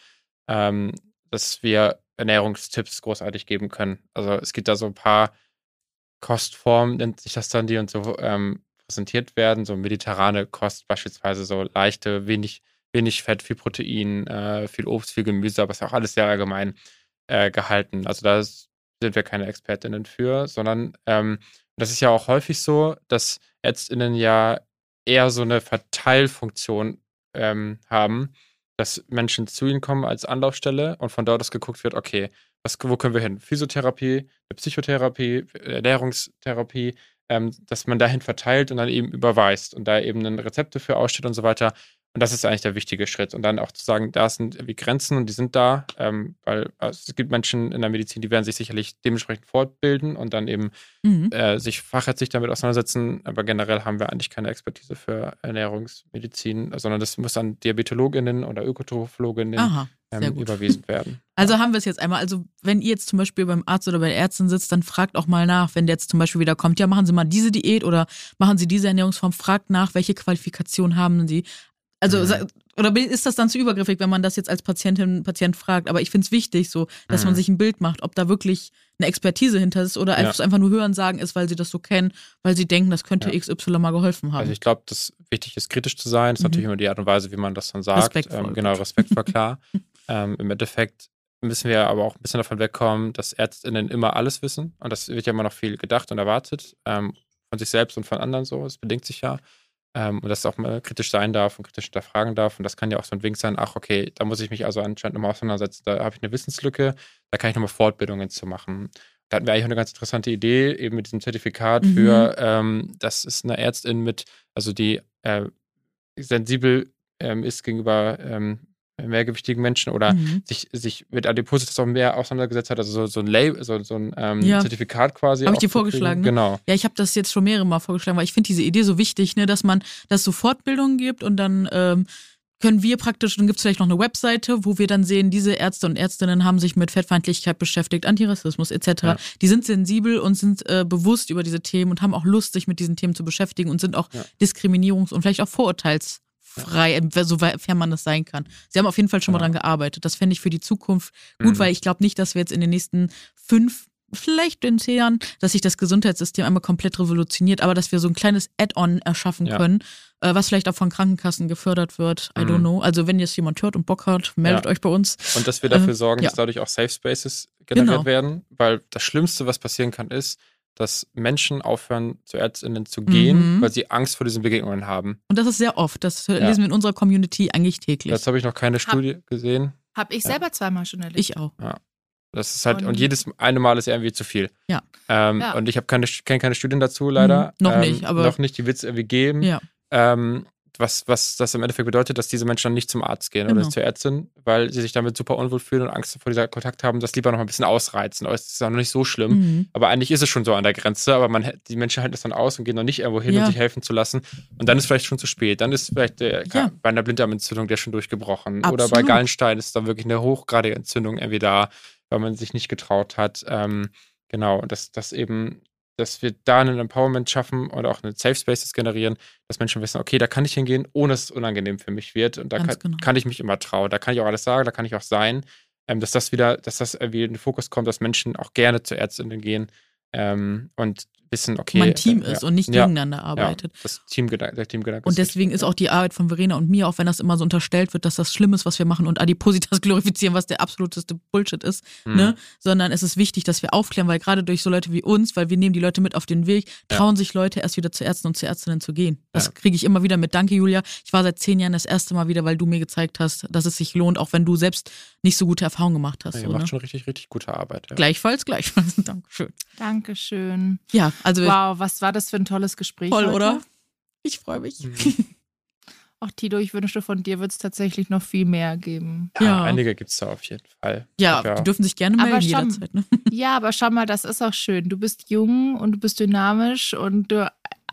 dass wir Ernährungstipps großartig geben können. Also es gibt da so ein paar Kostformen, nennt sich das dann, die uns so präsentiert werden, so mediterrane Kost beispielsweise, so leichte, wenig Fett, viel Protein, viel Obst, viel Gemüse, aber es ist auch alles sehr allgemein gehalten. Also da sind wir keine ExpertInnen für, sondern das ist ja auch häufig so, dass ÄrztInnen ja eher so eine Verteilfunktion haben, dass Menschen zu ihnen kommen als Anlaufstelle und von dort aus geguckt wird, okay, wo können wir hin? Physiotherapie, Psychotherapie, Ernährungstherapie, dass man dahin verteilt und dann eben überweist und da eben ein Rezept dafür ausstellt und so weiter. Und das ist eigentlich der wichtige Schritt. Und dann auch zu sagen, da sind irgendwie Grenzen und die sind da, weil es gibt Menschen in der Medizin, die werden sich sicherlich dementsprechend fortbilden und dann eben sich fachärztlich damit auseinandersetzen. Aber generell haben wir eigentlich keine Expertise für Ernährungsmedizin, sondern das muss an DiabetologInnen oder Ökotrophologinnen überwiesen werden. Also haben wir es jetzt einmal. Also wenn ihr jetzt zum Beispiel beim Arzt oder bei der Ärztin sitzt, dann fragt auch mal nach, wenn der jetzt zum Beispiel wieder kommt, ja, machen Sie mal diese Diät oder machen Sie diese Ernährungsform, fragt nach, welche Qualifikation haben Sie. Also, oder ist das dann zu übergriffig, wenn man das jetzt als Patient fragt? Aber ich finde es wichtig, so, dass man sich ein Bild macht, ob da wirklich eine Expertise hinter ist oder einfach nur Hören sagen ist, weil sie das so kennen, weil sie denken, das könnte XY mal geholfen haben. Also ich glaube, das wichtig ist, kritisch zu sein. Das ist natürlich immer die Art und Weise, wie man das dann sagt. Respektvoll. Genau, respektvoll, klar. Im Endeffekt müssen wir aber auch ein bisschen davon wegkommen, dass ÄrztInnen immer alles wissen. Und das wird ja immer noch viel gedacht und erwartet. Von sich selbst und von anderen so. Das bedingt sich ja. Und dass es auch mal kritisch sein darf und kritisch hinterfragen darf. Und das kann ja auch so ein Wink sein, ach okay, da muss ich mich also anscheinend nochmal auseinandersetzen. Da habe ich eineWissenslücke, da kann ich nochmal Fortbildungen zu machen. Da hatten wir eigentlich auch eine ganz interessante Idee, eben mit diesem Zertifikat für, das ist eine Ärztin mit, also die sensibel ist gegenüber mehrgewichtigen Menschen oder sich mit Adipositas auch mehr auseinandergesetzt hat, also so ein Label, so ein Zertifikat quasi. Habe ich dir vorgeschlagen, ne? Genau. Ja, ich habe das jetzt schon mehrere Mal vorgeschlagen, weil ich finde diese Idee so wichtig, ne, dass es so Fortbildungen gibt und dann können wir praktisch, dann gibt es vielleicht noch eine Webseite, wo wir dann sehen, diese Ärzte und Ärztinnen haben sich mit Fettfeindlichkeit beschäftigt, Antirassismus etc. Ja. Die sind sensibel und sind bewusst über diese Themen und haben auch Lust, sich mit diesen Themen zu beschäftigen und sind auch diskriminierungs- und vielleicht auch vorurteilsfrei, sofern man das sein kann. Sie haben auf jeden Fall schon mal dran gearbeitet. Das fände ich für die Zukunft gut, weil ich glaube nicht, dass wir jetzt in den nächsten 5, vielleicht in 10 Jahren, dass sich das Gesundheitssystem einmal komplett revolutioniert, aber dass wir so ein kleines Add-on erschaffen können, was vielleicht auch von Krankenkassen gefördert wird. I don't know. Also wenn jetzt jemand hört und Bock hat, meldet euch bei uns. Und dass wir dafür sorgen, dass dadurch auch Safe Spaces generiert werden, weil das Schlimmste, was passieren kann, ist, dass Menschen aufhören, zu ÄrztInnen zu gehen, weil sie Angst vor diesen Begegnungen haben. Und das ist sehr oft. Das lesen wir in unserer Community eigentlich täglich. Jetzt habe ich noch keine Studie gesehen. Habe ich selber zweimal schon erlebt. Ich auch. Ja. Das ist halt, und jedes eine Mal ist irgendwie zu viel. Ja. Und ich kenne keine Studien dazu, leider. Noch nicht, aber. Noch nicht, die wird es irgendwie geben. Ja. Was das im Endeffekt bedeutet, dass diese Menschen dann nicht zum Arzt gehen oder zur Ärztin, weil sie sich damit super unwohl fühlen und Angst vor dieser Kontakt haben, das lieber noch ein bisschen ausreizen. Aber es ist auch noch nicht so schlimm. Aber eigentlich ist es schon so an der Grenze, aber die Menschen halten es dann aus und gehen noch nicht irgendwo hin, um sich helfen zu lassen. Und dann ist vielleicht schon zu spät. Dann ist vielleicht bei einer Blinddarmentzündung der schon durchgebrochen. Absolut. Oder bei Gallenstein ist dann wirklich eine hochgradige Entzündung irgendwie da, weil man sich nicht getraut hat. Genau, und dass wir da ein Empowerment schaffen und auch eine Safe Spaces generieren, dass Menschen wissen, okay, da kann ich hingehen, ohne dass es unangenehm für mich wird. Und da kann ich mich immer trauen. Da kann ich auch alles sagen, da kann ich auch sein. Dass das irgendwie in den Fokus kommt, dass Menschen auch gerne zu ÄrztInnen gehen und wissen, okay. Man ein Team ist und nicht gegeneinander arbeitet. Der Teamgedanke. Und deswegen ist auch die Arbeit von Verena und mir, auch wenn das immer so unterstellt wird, dass das schlimm ist, was wir machen und Adipositas glorifizieren, was der absoluteste Bullshit ist, ne? Sondern es ist wichtig, dass wir aufklären, weil gerade durch so Leute wie uns, weil wir nehmen die Leute mit auf den Weg, trauen sich Leute erst wieder zu Ärzten und zu Ärztinnen zu gehen. Das kriege ich immer wieder mit. Danke, Julia. Ich war seit 10 Jahren das erste Mal wieder, weil du mir gezeigt hast, dass es sich lohnt, auch wenn du selbst nicht so gute Erfahrungen gemacht hast. Ihr macht schon richtig, richtig gute Arbeit. Ja. Gleichfalls. Dankeschön. Dankeschön. Ja, also. Wow, was war das für ein tolles Gespräch. Toll, heute? oder? Ich freue mich. Ach, Tito, ich wünschte, von dir wird es tatsächlich noch viel mehr geben. Ja, einige gibt es da auf jeden Fall. Ja, die dürfen sich gerne melden jederzeit. Ne? Ja, aber schau mal, das ist auch schön. Du bist jung und du bist dynamisch und du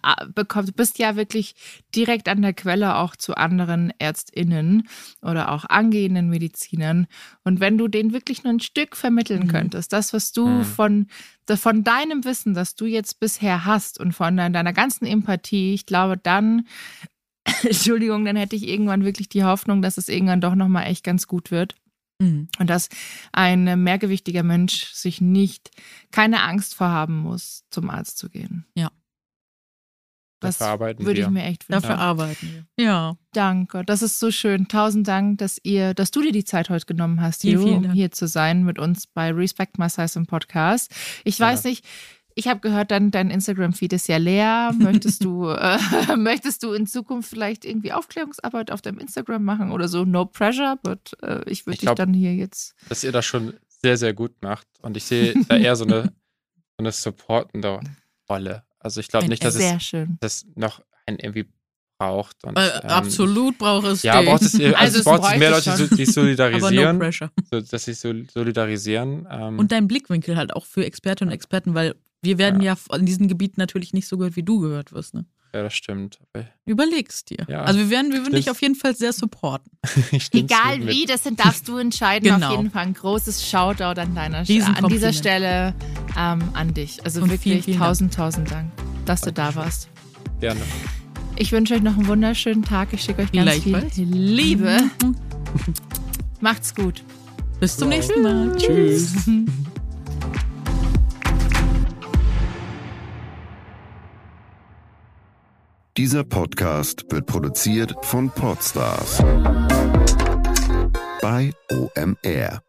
bist ja wirklich direkt an der Quelle auch zu anderen ÄrztInnen oder auch angehenden Medizinern. Und wenn du denen wirklich nur ein Stück vermitteln könntest, das, was du von deinem Wissen, das du jetzt bisher hast und von deiner ganzen Empathie, ich glaube, dann Entschuldigung, dann hätte ich irgendwann wirklich die Hoffnung, dass es irgendwann doch nochmal echt ganz gut wird. Und dass ein mehrgewichtiger Mensch sich keine Angst vorhaben muss, zum Arzt zu gehen. Ja. Das würde ich mir echt wünschen. Dafür arbeiten wir. Ja. Danke, das ist so schön. 1000 Dank, dass du dir die Zeit heute genommen hast, vielen um hier zu sein mit uns bei Respect My Size im Podcast. Ich weiß nicht, ich habe gehört, dein Instagram-Feed ist ja leer. Möchtest du in Zukunft vielleicht irgendwie Aufklärungsarbeit auf deinem Instagram machen oder so? No pressure, but ich würde dich dann hier jetzt... Dass ihr das schon sehr, sehr gut macht. Und ich sehe da eher so eine supportende Rolle. Also ich glaube nicht, dass es noch einen irgendwie braucht. Und, absolut braucht es. Ja, braucht es mehr Leute, die solidarisieren. Aber no pressure. Dass sich solidarisieren. Und dein Blickwinkel halt auch für Expertinnen und Experten, weil wir werden ja in diesen Gebieten natürlich nicht so gehört, wie du gehört wirst. Ne? Ja, das stimmt. Überlegst dir. Ja. Also wir würden dich auf jeden Fall sehr supporten. Egal wie, darfst du entscheiden. Genau. Auf jeden Fall ein großes Shoutout an dieser Stelle an dich. Also und wirklich vielen 1000 Dank, dass du da warst. Gerne. Ich wünsche euch noch einen wunderschönen Tag. Ich schicke euch ganz viel Liebe. Macht's gut. Bis zum nächsten Mal. Tschüss. Dieser Podcast wird produziert von Podstars bei OMR.